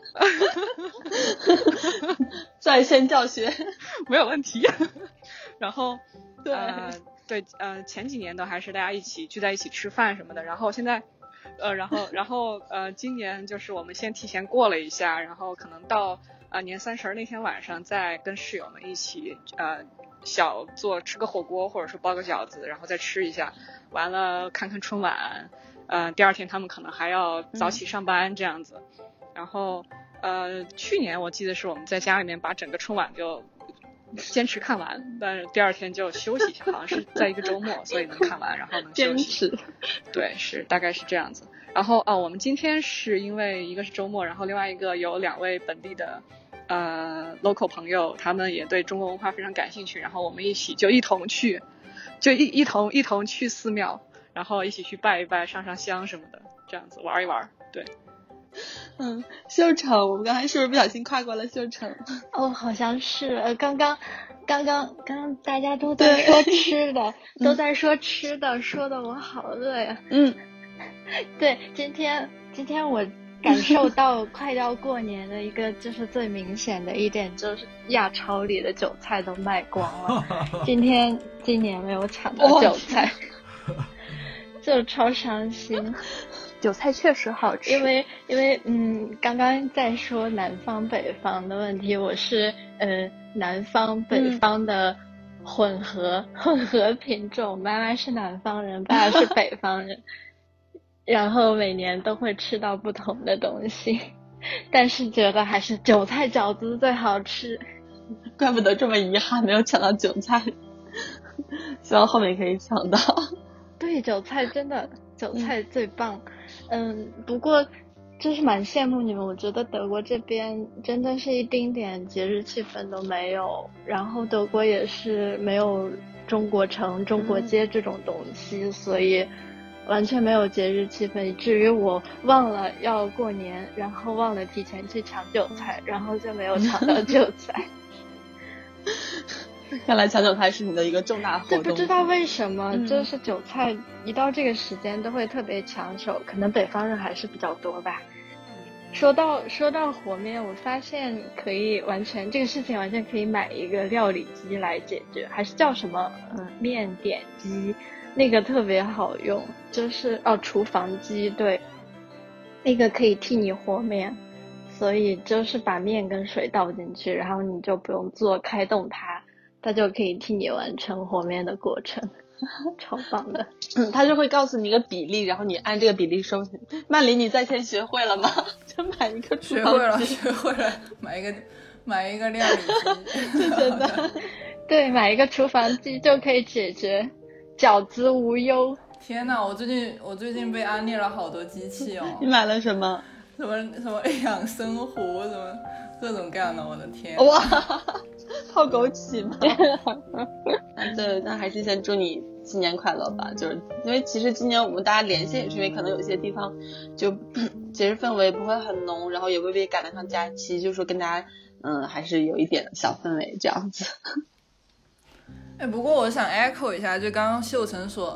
在线教学没有问题。然后对、 呃、对呃前几年都还是大家一起聚在一起吃饭什么的，然后现在。呃，然后，然后，呃，今年就是我们先提前过了一下，然后可能到呃年三十那天晚上，再跟室友们一起呃小做吃个火锅，或者说包个饺子，然后再吃一下，完了看看春晚，呃，第二天他们可能还要早起上班这样子，嗯、然后呃去年我记得是我们在家里面把整个春晚就坚持看完，但是第二天就休息一下，好像是在一个周末，所以能看完，然后能休息。对，是大概是这样子。然后啊，我们今天是因为一个是周末，然后另外一个有两位本地的呃 local 朋友，他们也对中国文化非常感兴趣，然后我们一起就一同去，就一一同一同去寺庙，然后一起去拜一拜、上上香什么的，这样子玩一玩。对。 嗯，秀成，我们刚才是不是不小心跨过了秀成？ 哦，好像是，呃，刚刚，刚刚，刚刚大家都在说吃的，都在说吃的，嗯、说的我好饿呀。 嗯， 对，今天，今天我感受到快要过年的一个就是最明显的一点，就是亚超里的韭菜都卖光了。今天今年没有抢到韭菜，就超伤心。韭菜确实好吃，因为因为嗯，刚刚在说南方北方的问题，我是呃南方北方的混合、嗯、混合品种，妈妈是南方人，爸爸是北方人，然后每年都会吃到不同的东西，但是觉得还是韭菜饺子最好吃， 怪不得这么遗憾没有抢到韭菜，希望后面可以抢到。 对，韭菜真的韭菜最棒。嗯, 嗯，不过就是蛮羡慕你们，我觉得德国这边真的是一丁点节日气氛都没有，然后德国也是没有中国城、中国街这种东西，嗯、所以完全没有节日气氛，以至于我忘了要过年，然后忘了提前去抢韭菜，然后就没有抢到韭菜。 看来抢韭菜是你的一个重大活动。 对，不知道为什么，嗯、就是韭菜一到这个时间都会特别抢手，可能北方人还是比较多吧。说到说到和面，我发现可以完全这个事情完全可以买一个料理机来解决，还是叫什么嗯面点机，那个特别好用，就是哦厨房机，对，那个可以替你和面。所以就是把面跟水倒进去，然后你就不用做开动它，它就可以替你完成和面的过程，超棒的。 嗯，它就会告诉你一个比例，然后你按这个比例收。曼琳，你在线学会了吗？就买一个厨房机。 学会了，学会了，买一个买一个料理机， 就觉得对，买一个厨房机就可以解决饺子无忧。 天哪，我最近我最近被安利了好多机器哦。 你买了什么？ 什么什么养生壶，什么各种各样的，我的天！ 哇，好枸杞吗？对，那还是先祝你新年快乐吧。就是因为其实今年我们大家连线也是因为可能有些地方就节日氛围不会很浓，然后也未必赶得上假期，就说跟大家嗯还是有一点小氛围这样子。 哎，不过我想 echo 一下，就刚刚秀成所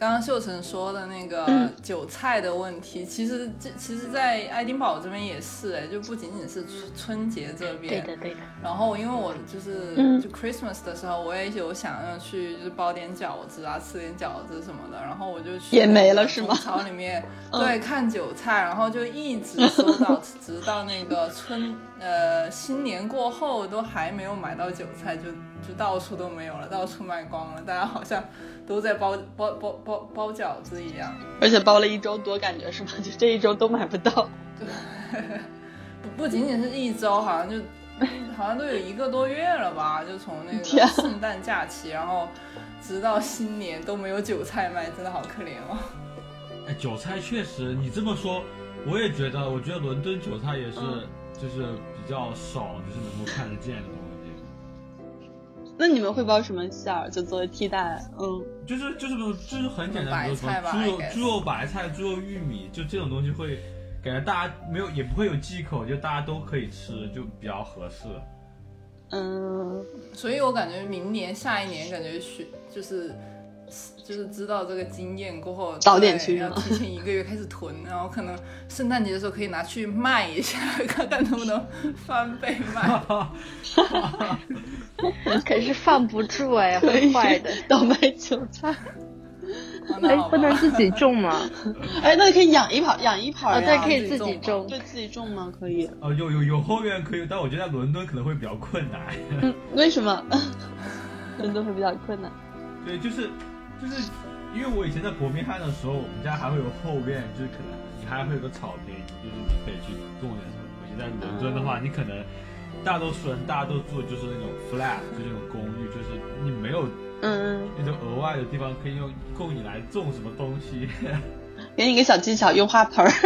刚刚秀晨说的那个韭菜的问题，嗯、其实这其实，在爱丁堡这边也是哎，就不仅仅是春节这边。 对的对的。 然后因为我就是、嗯、就 Christmas 的时候，我也有想要去就是包点饺子啊，吃点饺子什么的，然后我就去也没了是吗？ 超里面对、嗯、看韭菜，然后就一直收到，直到那个春呃新年过后都还没有买到韭菜，就就到处都没有了，到处卖光了，大家好像都在包包包包包饺子一样， 而且包了一周多，感觉是吧？就这一周都买不到。 对，不不仅仅是一周，好像就好像都有一个多月了吧？就从那个圣诞假期，然后直到新年都没有韭菜卖，真的好可怜哦。 哎，韭菜确实，你这么说，我也觉得，我觉得伦敦韭菜也是，嗯、就是比较少，就是能够看得见的东西。 那你们会包什么馅儿，就作为替代？嗯， 就是就是就是很简单的猪肉猪肉白菜、猪肉玉米，就这种东西会感觉大家没有也不会有忌口，就大家都可以吃，就比较合适。 嗯，所以我感觉明年下一年感觉学就是就是知道这个经验过后， 早点去， 要提前一个月开始囤，然后可能圣诞节的时候可以拿去卖一下，看看能不能翻倍卖。 可是放不住哎，会坏的。 倒卖韭菜。 哎，不能自己种吗？ 哎，那你可以养一盆，养一盆呀、 哦。对，可以自己种。 对，自己种吗？可以。 哦，有有有后院可以，但我觉得在伦敦可能会比较困难。 嗯，为什么？伦敦会比较困难。 对，就是就是因为我以前在伯明翰的时候，我们家还会有后院，就是可能你还会有个草坪，就是你可以去种点什么东西。在伦敦的话，你可能大多数人大家都住的就是那种 flat， 就那种公寓，就是你没有。嗯，那种额外的地方可以用供你来种什么东西。 给你一个小技巧，用花盆儿。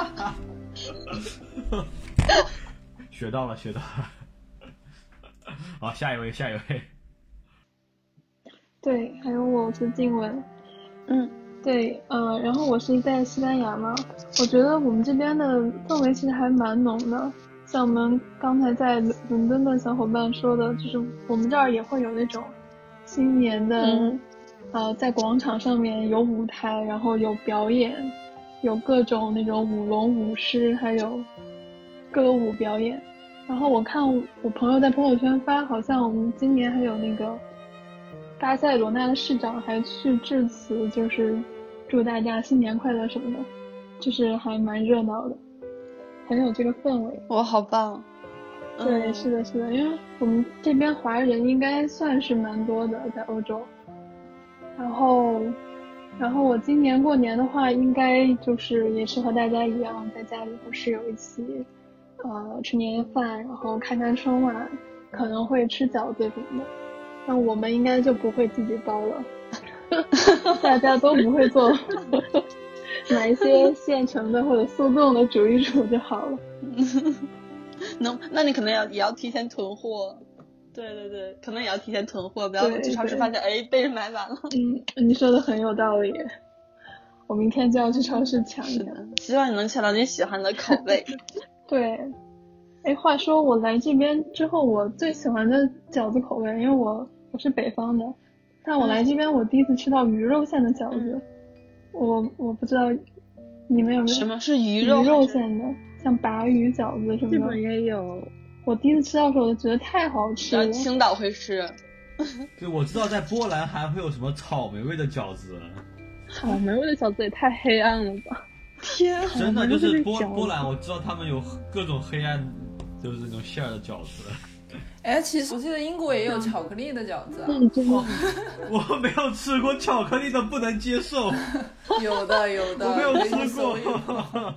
学到了，学到了。好，下一位，下一位。 对，还有我是静雯。嗯，对，呃，然后我是在西班牙嘛，我觉得我们这边的氛围其实还蛮浓的。像我们刚才在伦敦的小伙伴说的，就是我们这儿也会有那种。新年的、嗯、呃，在广场上面有舞台，然后有表演，有各种那种舞龙舞狮，还有歌舞表演。然后我看我朋友在朋友圈发，好像我们今年还有那个巴塞罗那的市长还去致辞，就是祝大家新年快乐什么的，就是还蛮热闹的，很有这个氛围。 哇，好棒！ 对，嗯、是的，是的，因为我们这边华人应该算是蛮多的，在欧洲。然后，然后我今年过年的话，应该就是也是和大家一样，在家里和室友一起，呃，吃年夜饭，然后看看春晚，可能会吃饺子什么的。那我们应该就不会自己包了，大家都不会做，买一些现成的或者速冻的煮一煮就好了。 能，那你可能要也要提前囤货，对对对，可能也要提前囤货，不要去超市发现哎被人买完了。 嗯，你说的很有道理，我明天就要去超市抢一抢。 希望你能抢到你喜欢的口味。 对，哎，话说我来这边之后，我最喜欢的饺子口味，因为我我是北方的，但我来这边我第一次吃到鱼肉馅的饺子，嗯、我我不知道你们有没有什么是鱼肉鱼肉馅的。像鲅鱼饺子什么的， 日本也有。 我第一次吃到的时候，我觉得太好吃了。 青岛会吃。 对，我知道在波兰还会有什么草莓味的饺子。 草莓味的饺子也太黑暗了吧！ 天啊！ 真的就是波波兰，我知道他们有各种黑暗，就是那种馅儿的饺子。 哎，其实我记得英国也有巧克力的饺子啊。 嗯，真的。 我没有吃过巧克力的，不能接受。 有的，有的。 我没有吃过。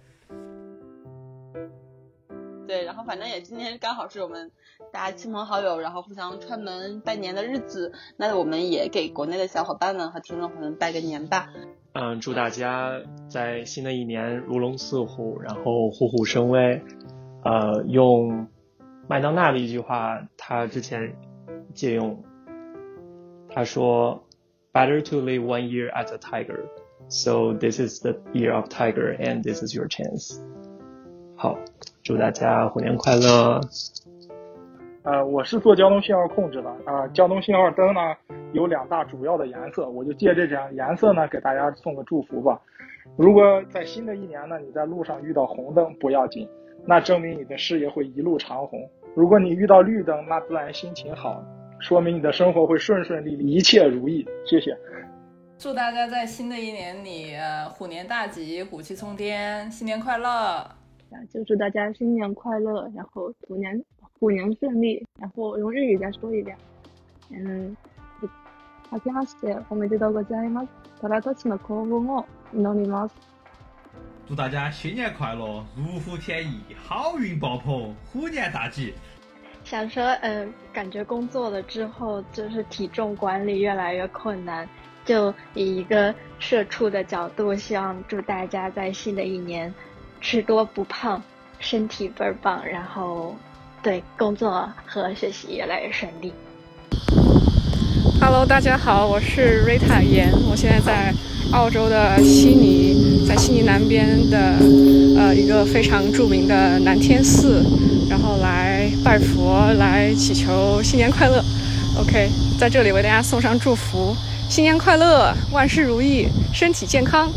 对，然后反正也今天刚好是我们大家亲朋好友，然后互相串门拜年的日子，那我们也给国内的小伙伴们和听众朋友们拜个年吧。 嗯，祝大家在新的一年如龙似虎，然后虎虎生威。呃，用麦当娜的一句话，他之前借用，他说 Better to live one year as a tiger, so this is the year of tiger and this is your chance. 好，祝大家虎年快乐。 呃，我是做交通信号控制的啊、呃，交通信号灯呢有两大主要的颜色，我就借这两颜色呢给大家送个祝福吧。如果在新的一年呢，你在路上遇到红灯不要紧，那证明你的事业会一路长红；如果你遇到绿灯，那自然心情好，说明你的生活会顺顺利利，一切如意。谢谢。 祝大家在新的一年里，呃，虎年大吉，虎气冲天，新年快乐！ 就祝大家新年快乐，然后虎年虎年顺利，然后用日语再说一遍。嗯，明けましておめでとうございます。ただ年の幸運を祈ります。 祝大家新年快乐，如虎添翼，好运爆棚，虎年大吉。 想说，嗯、呃，感觉工作了之后，就是体重管理越来越困难。就以一个社畜的角度，希望祝大家在新的一年吃多不胖，身体倍儿棒，然后对工作和学习越来越顺利。 Hello， 大家好，我是瑞塔妍，我现在在澳洲的悉尼，在悉尼南边的呃一个非常著名的南天寺，然后来拜佛，来祈求新年快乐。OK， 在这里为大家送上祝福。新年快乐，万事如意，身体健康。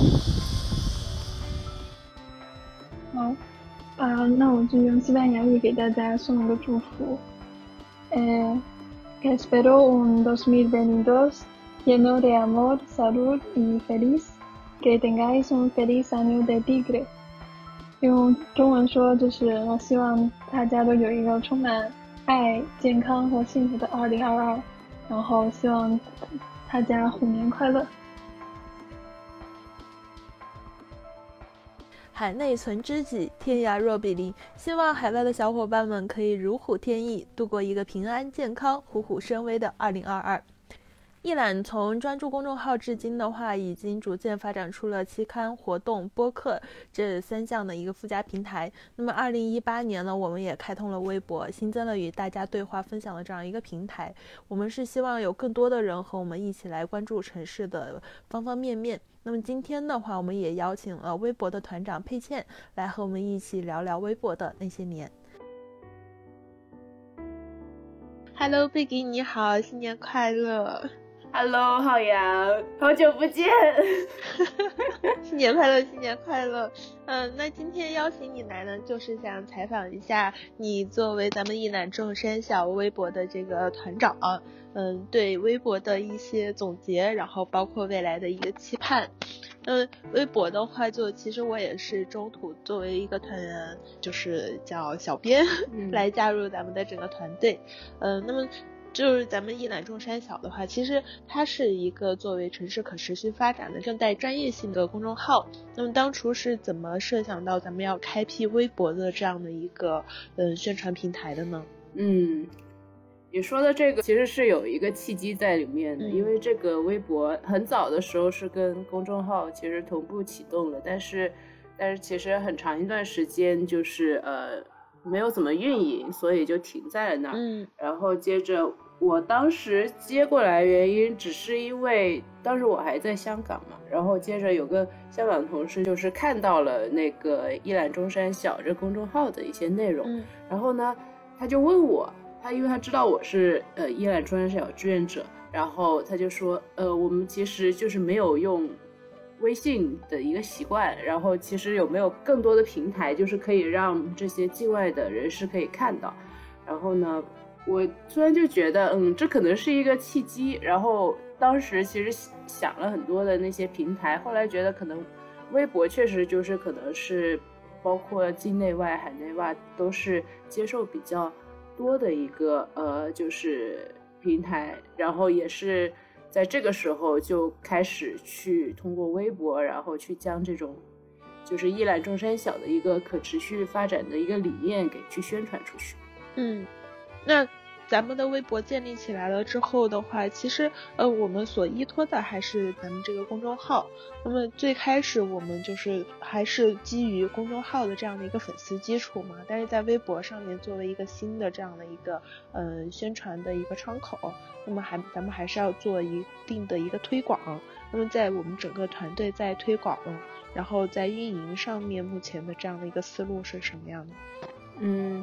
好，啊、呃，那我就用西班牙语给大家送一个祝福。呃 que espero un dos mil veintidós lleno de amor, salud y feliz, que tengáis un feliz año de tigre。用中文说就是我希望大家都有一个充满爱、健康和幸福的二零二二，然后希望大家虎年快乐。 海内存知己，天涯若比邻。希望海外的小伙伴们可以如虎添翼，度过一个平安健康、虎虎生威的二零二二。一览从专注公众号至今的话，已经逐渐发展出了期刊、活动、播客这三项的一个附加平台。那么二零一八年呢，我们也开通了微博，新增了与大家对话分享的这样一个平台。我们是希望有更多的人和我们一起来关注城市的方方面面。那么今天的话，我们也邀请了微博的团长佩倩来和我们一起聊聊微博的那些年。Hello， 贝吉你好，新年快乐。 Hello， 浩洋，好久不见。 新年快乐，新年快乐。嗯，那今天邀请你来呢，就是想采访一下你作为咱们一览众山小微博的这个团长，嗯，对微博的一些总结，然后包括未来的一个期盼。嗯，微博的话就其实我也是中途作为一个团员，就是叫小编、嗯、来加入咱们的整个团队。嗯，那么就是咱们一览众山小的话，其实它是一个作为城市可持续发展的更带专业性的公众号。那么当初是怎么设想到咱们要开辟微博的这样的一个嗯宣传平台的呢？ 嗯，你说的这个其实是有一个契机在里面的、嗯、因为这个微博很早的时候是跟公众号其实同步启动了，但是但是其实很长一段时间就是呃没有怎么运营，所以就停在了那儿、嗯、然后接着我当时接过来原因只是因为当时我还在香港嘛，然后接着有个香港同事就是看到了那个一览众山小这公众号的一些内容、嗯、然后呢他就问我，他因为他知道我是呃一览众山小志愿者，然后他就说呃我们其实就是没有用微信的一个习惯，然后其实有没有更多的平台就是可以让这些境外的人士可以看到。然后呢我突然就觉得嗯这可能是一个契机，然后当时其实想了很多的那些平台，后来觉得可能微博确实就是可能是包括境内外海内外都是接受比较多的一个呃就是平台，然后也是在这个时候就开始去通过微博，然后去将这种就是一览众山小的一个可持续发展的一个理念给去宣传出去。 嗯，那咱们的微博建立起来了之后的话，其实呃我们所依托的还是咱们这个公众号。那么最开始我们就是还是基于公众号的这样的一个粉丝基础嘛，但是在微博上面作为一个新的这样的一个呃宣传的一个窗口，那么还咱们还是要做一定的一个推广。那么在我们整个团队在推广，然后在运营上面目前的这样的一个思路是什么样的？ 嗯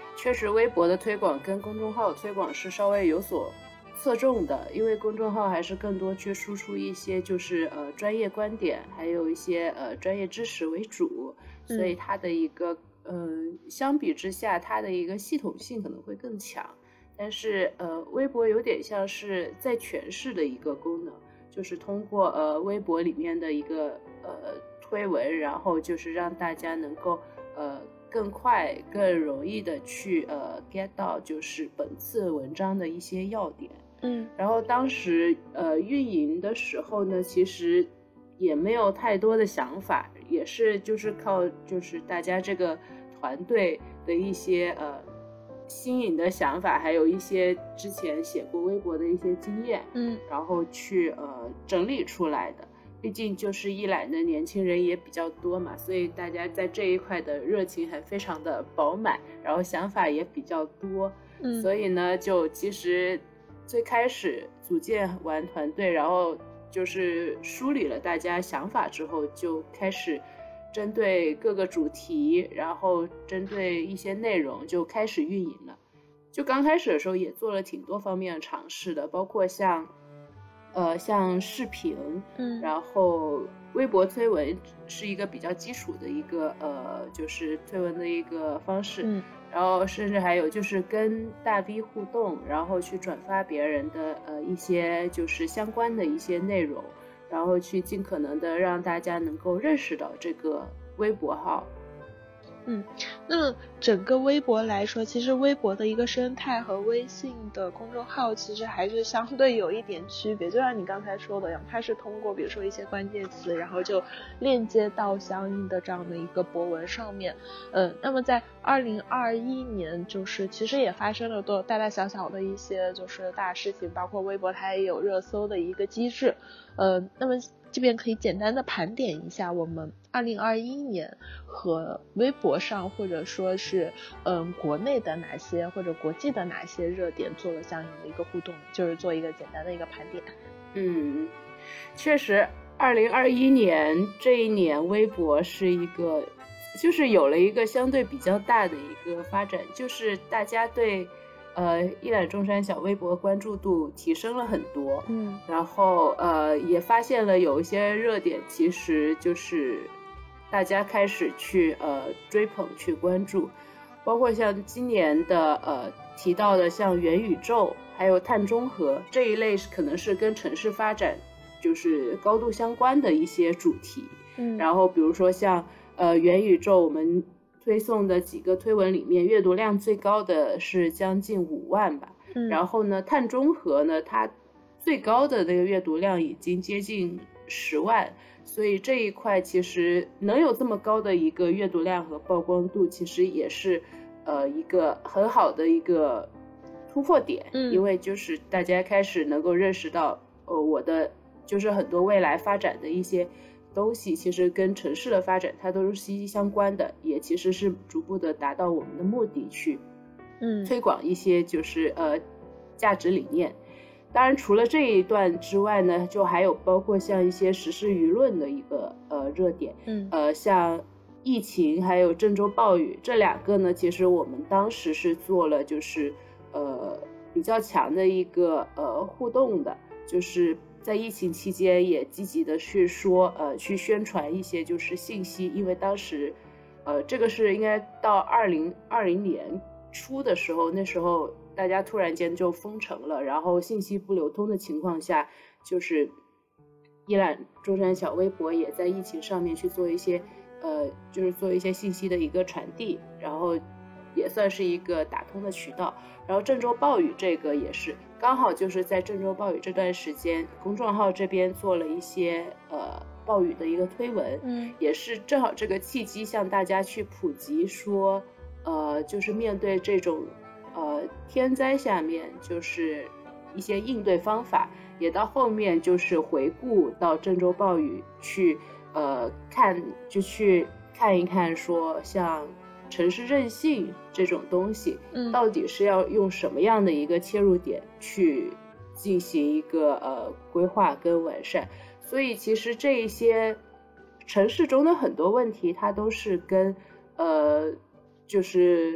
确实微博的推广跟公众号推广是稍微有所侧重的，因为公众号还是更多去输出一些就是呃专业观点，还有一些呃专业知识为主，所以它的一个呃相比之下，它的一个系统性可能会更强。但是呃微博有点像是在诠释的一个功能，就是通过呃微博里面的一个呃推文，然后就是让大家能够呃更快更容易的去呃 get 到就是本次文章的一些要点。 嗯， 然后当时呃运营的时候呢，其实也没有太多的想法，也是就是靠就是大家这个团队的一些呃新颖的想法，还有一些之前写过微博的一些经验， 嗯， 然后去呃整理出来的。毕竟就是一览的年轻人也比较多嘛，所以大家在这一块的热情还非常的饱满，然后想法也比较多， 嗯， 所以呢，就其实最开始组建完团队，然后就是梳理了大家想法之后，就开始针对各个主题，然后针对一些内容就开始运营了。就刚开始的时候也做了挺多方面的尝试的，包括像呃，像视频， 嗯， 然后微博推文是一个比较基础的一个呃，就是推文的一个方式， 嗯， 然后甚至还有就是跟大 V 互动，然后去转发别人的呃一些就是相关的一些内容，然后去尽可能的让大家能够认识到这个微博号。 嗯，那整个微博来说，其实微博的一个生态和微信的公众号其实还是相对有一点区别，就像你刚才说的，它是通过比如说一些关键词，然后就链接到相应的这样的一个博文上面。嗯，那么在二零二一年，就是其实也发生了多大大小小的一些就是大事情，包括微博它也有热搜的一个机制。呃，那么这边可以简单的盘点一下我们二零二一年和微博上或者说是嗯国内的哪些或者国际的哪些热点做了相应的一个互动，就是做一个简单的一个盘点。 嗯，确实二零二一年这一年微博是一个就是有了一个相对比较大的一个发展，就是大家对呃一览众山小微博关注度提升了很多， 嗯， 然后呃也发现了有一些热点其实就是大家开始去呃追捧去关注，包括像今年的呃提到的像元宇宙还有碳中和这一类可能是跟城市发展就是高度相关的一些主题。 嗯， 然后比如说像呃元宇宙，我们推送的几个推文里面阅读量最高的是将近五万吧， 嗯， 然后呢碳中和呢它最高的那个阅读量已经接近十万，所以这一块其实能有这么高的一个阅读量和曝光度，其实也是呃一个很好的一个突破点， 嗯， 因为就是大家开始能够认识到呃我的就是很多未来发展的一些东西其实跟城市的发展它都是息息相关的，也其实是逐步的达到我们的目的去嗯推广一些就是呃价值理念。当然除了这一段之外呢，就还有包括像一些时事舆论的一个呃热点， 嗯呃像疫情还有郑州暴雨这两个呢，其实我们当时是做了就是呃比较强的一个呃互动的，就是在疫情期间也积极的去说呃去宣传一些就是信息，因为当时呃这个是应该到二零二零年初的时候，那时候大家突然间就封城了，然后信息不流通的情况下，就是一览众山小微博也在疫情上面去做一些呃就是做一些信息的一个传递，然后也算是一个打通的渠道。然后郑州暴雨这个也是刚好就是在郑州暴雨这段时间，公众号这边做了一些呃暴雨的一个推文， 嗯， 也是正好这个契机向大家去普及说呃就是面对这种呃天灾下面就是一些应对方法，也到后面就是回顾到郑州暴雨去呃看就去看一看说像城市韧性这种东西， 嗯， 到底是要用什么样的一个切入点去进行一个呃规划跟完善。所以其实这一些城市中的很多问题，它都是跟呃就是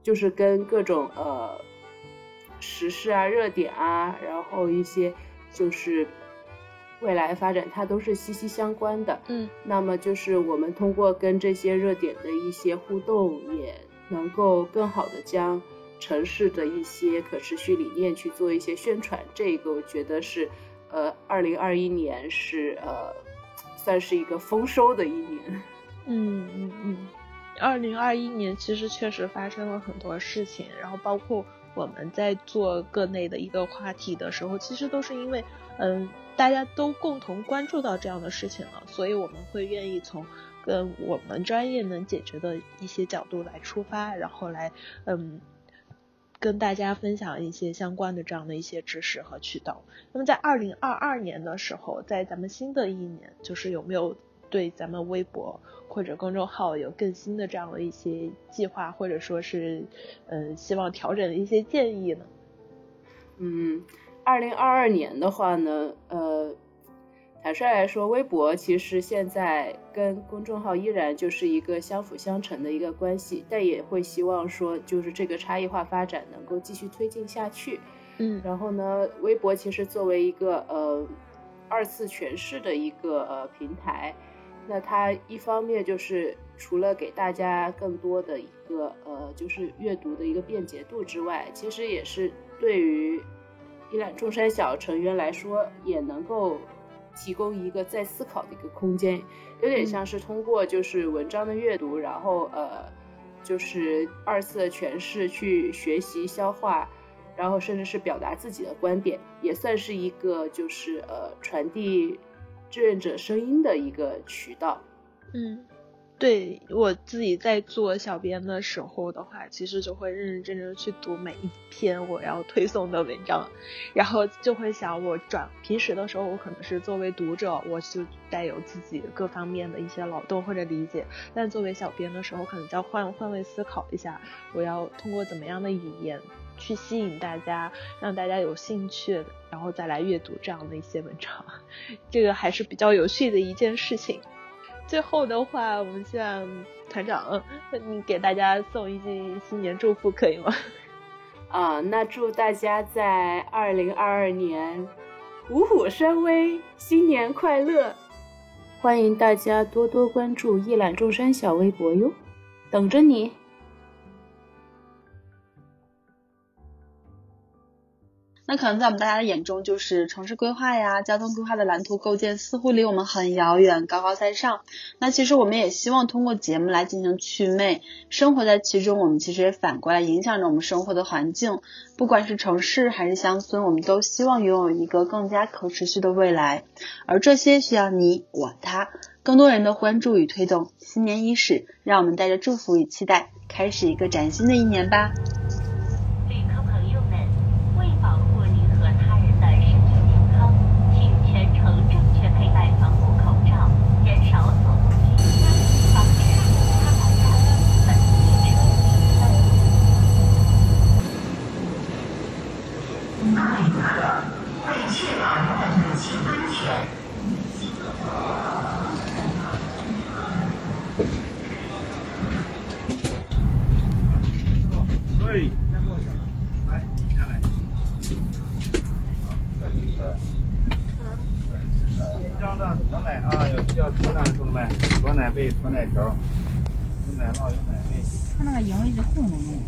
就是跟各种呃时事啊、热点啊，然后一些就是未来发展，它都是息息相关的。 嗯， 那么就是我们通过跟这些热点的一些互动，也能够更好的将城市的一些可持续理念去做一些宣传。这个我觉得是呃二零二一年是呃算是一个丰收的一年。 嗯嗯嗯，二零二一年其实确实发生了很多事情，然后包括我们在做各类的一个话题的时候，其实都是因为嗯大家都共同关注到这样的事情了，所以我们会愿意从跟我们专业能解决的一些角度来出发，然后来嗯跟大家分享一些相关的这样的一些知识和渠道。那么在二零二二年的时候，在咱们新的一年，就是有没有对咱们微博或者公众号有更新的这样的一些计划，或者说是嗯希望调整的一些建议呢？ 嗯，二零二二年的话呢，呃，坦率来说，微博其实现在跟公众号依然就是一个相辅相成的一个关系，但也会希望说，就是这个差异化发展能够继续推进下去。 嗯， 然后呢，微博其实作为一个呃二次诠释的一个呃平台，那它一方面就是除了给大家更多的一个呃就是阅读的一个便捷度之外，其实也是对于一览众山小成员来说，也能够提供一个再思考的一个空间，有点像是通过就是文章的阅读，然后呃就是二次的诠释去学习消化，然后甚至是表达自己的观点，也算是一个就是呃传递志愿者声音的一个渠道。 嗯，对，我自己在做小编的时候的话，其实就会认认真真去读每一篇我要推送的文章，然后就会想，我转平时的时候我可能是作为读者，我就带有自己各方面的一些劳动或者理解，但作为小编的时候可能就要换换位思考一下，我要通过怎么样的语言去吸引大家，让大家有兴趣，然后再来阅读这样的一些文章，这个还是比较有趣的一件事情。最后的话，我们希望团长你给大家送一句新年祝福可以吗？ 啊，那祝大家在二零二二年虎虎生威，新年快乐！欢迎大家多多关注一览众山小微博哟，等着你。 那可能在我们大家的眼中，就是城市规划呀、交通规划的蓝图构建似乎离我们很遥远，高高在上。那其实我们也希望通过节目来进行祛魅，生活在其中，我们其实也反过来影响着我们生活的环境。不管是城市还是乡村，我们都希望拥有一个更加可持续的未来。而这些需要你、我、他更多人的关注与推动。新年伊始，让我们带着祝福与期待，开始一个崭新的一年吧。 对，来，下来。新疆的驼奶啊，有需要驼奶的同志们，驼奶杯、驼奶条、有奶酪、有奶杯。 它那个油一直混着呢。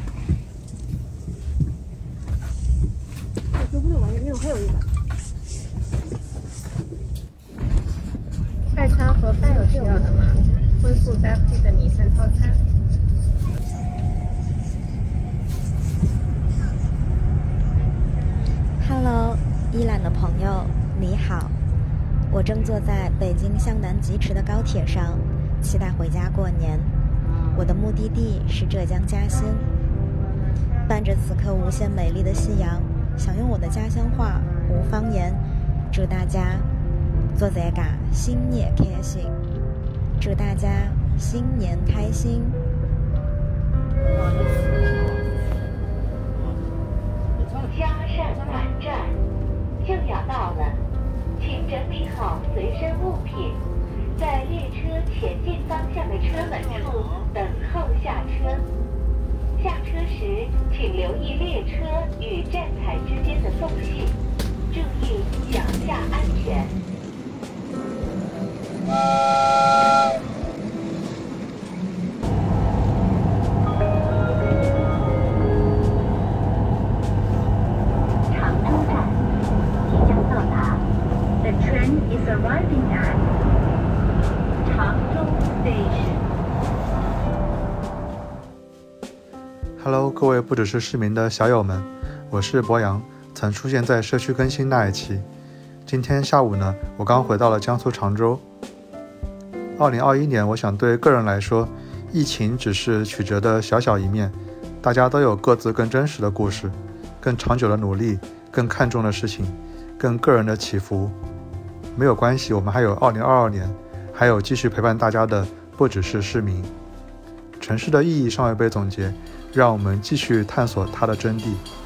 这不能往里面还有一个。 快餐和饭有需要的吗？荤素搭配的米饭套餐。 Hello， 伊朗的朋友，你好，我正坐在北京向南疾驰的高铁上，期待回家过年。我的目的地是浙江嘉兴，伴着此刻无限美丽的夕阳，想用我的家乡话无方言，祝大家做这个新年开心，祝大家新年开心。 嘉善南站正要到了，请整理好随身物品，在列车前进方向的车门处等候下车。下车请留意列车与站台之间的缝隙，注意脚下安全。常州站即将到达。The train is arriving at 常州 Station。 Hello， 各位不只是市民的小友们，我是博洋，曾出现在社区更新那一期。今天下午呢，我刚回到了江苏常州。二零二一年，我想对个人来说，疫情只是曲折的小小一面，大家都有各自更真实的故事，更长久的努力，更看重的事情，更个人的起伏。没有关系，我们还有二零二二年，还有继续陪伴大家的不只是市民。城市的意义尚未被总结，让我们继续探索它的真谛。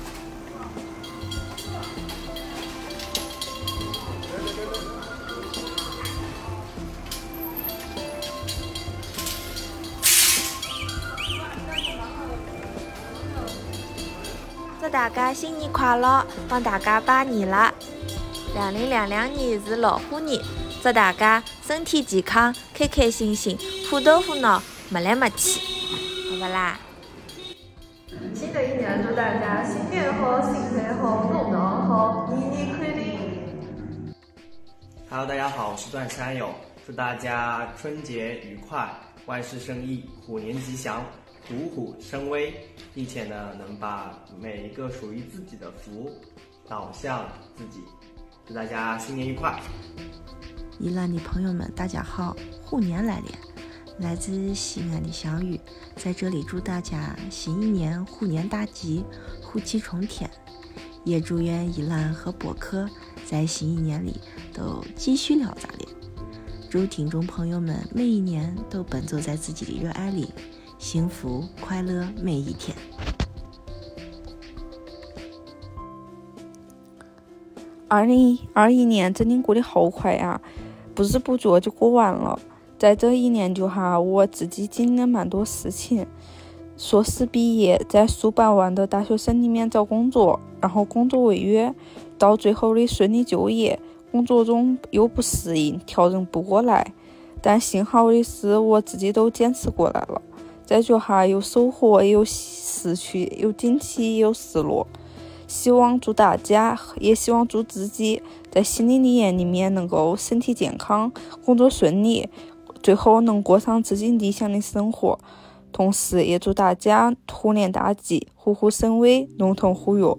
祝大家新年快乐，帮大家拜年了。两零两两年是老虎年，祝大家身体健康，开开心心，虎头虎脑，没来没去，好不啦？ 新的一年，祝大家新年好，心态好，弄堂好，年年开心。 Hello， 大家好，我是段山友，祝大家春节愉快，万事胜意，虎年吉祥，虎虎生威，并且呢，能把每一个属于自己的福导向自己。祝大家新年愉快！ 宜兰的朋友们，大家好，虎年来了！来自西安的小雨，在这里祝大家新一年虎年大吉，虎气冲天。也祝愿宜兰和播客在新一年里都继续聊杂咧。祝听众朋友们每一年都奔走在自己的热爱里，幸福快乐每一天。 二零二一年真的过得好快呀，不知不觉就过完了。在这一年就哈，我自己经历了蛮多事情。硕士毕业，在数百万的大学生里面找工作，然后工作违约，到最后的顺利就业，工作中又不适应，调整不过来。但幸好的是，我自己都坚持过来了。再就哈，有收获，也有失去，有惊喜，也有失落。希望祝大家，也希望祝自己在新的一年里面能够身体健康，工作顺利，最后能过上自己理想的生活。同时也祝大家虎年大吉，虎虎生威，龙腾虎跃。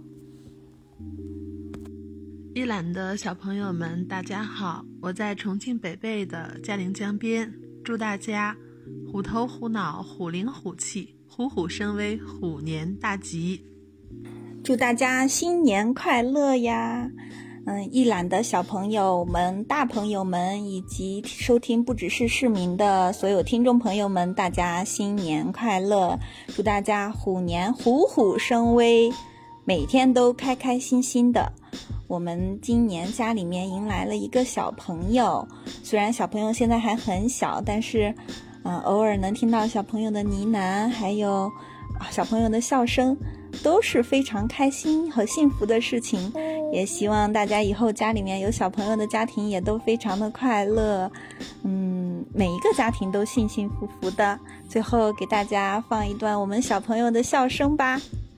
宜兰的小朋友们大家好，我在重庆北碚的嘉陵江边，祝大家虎头虎脑，虎灵虎气，虎虎生威，虎年大吉。 祝大家新年快乐呀！嗯，宜兰的小朋友们、大朋友们以及收听不只是市民的所有听众朋友们，大家新年快乐！祝大家虎年虎虎生威，每天都开开心心的。我们今年家里面迎来了一个小朋友，虽然小朋友现在还很小，但是嗯，偶尔能听到小朋友的呢喃，还有小朋友的笑声，都是非常开心和幸福的事情。也希望大家以后家里面有小朋友的家庭也都非常的快乐，嗯，每一个家庭都幸幸福福的。最后给大家放一段我们小朋友的笑声吧。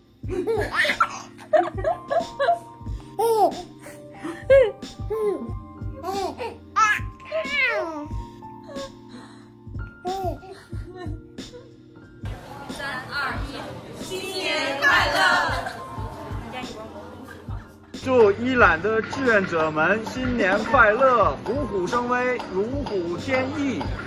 三二一，新年快乐！ 祝伊朗的志愿者们新年快乐，虎虎生威，如虎添翼。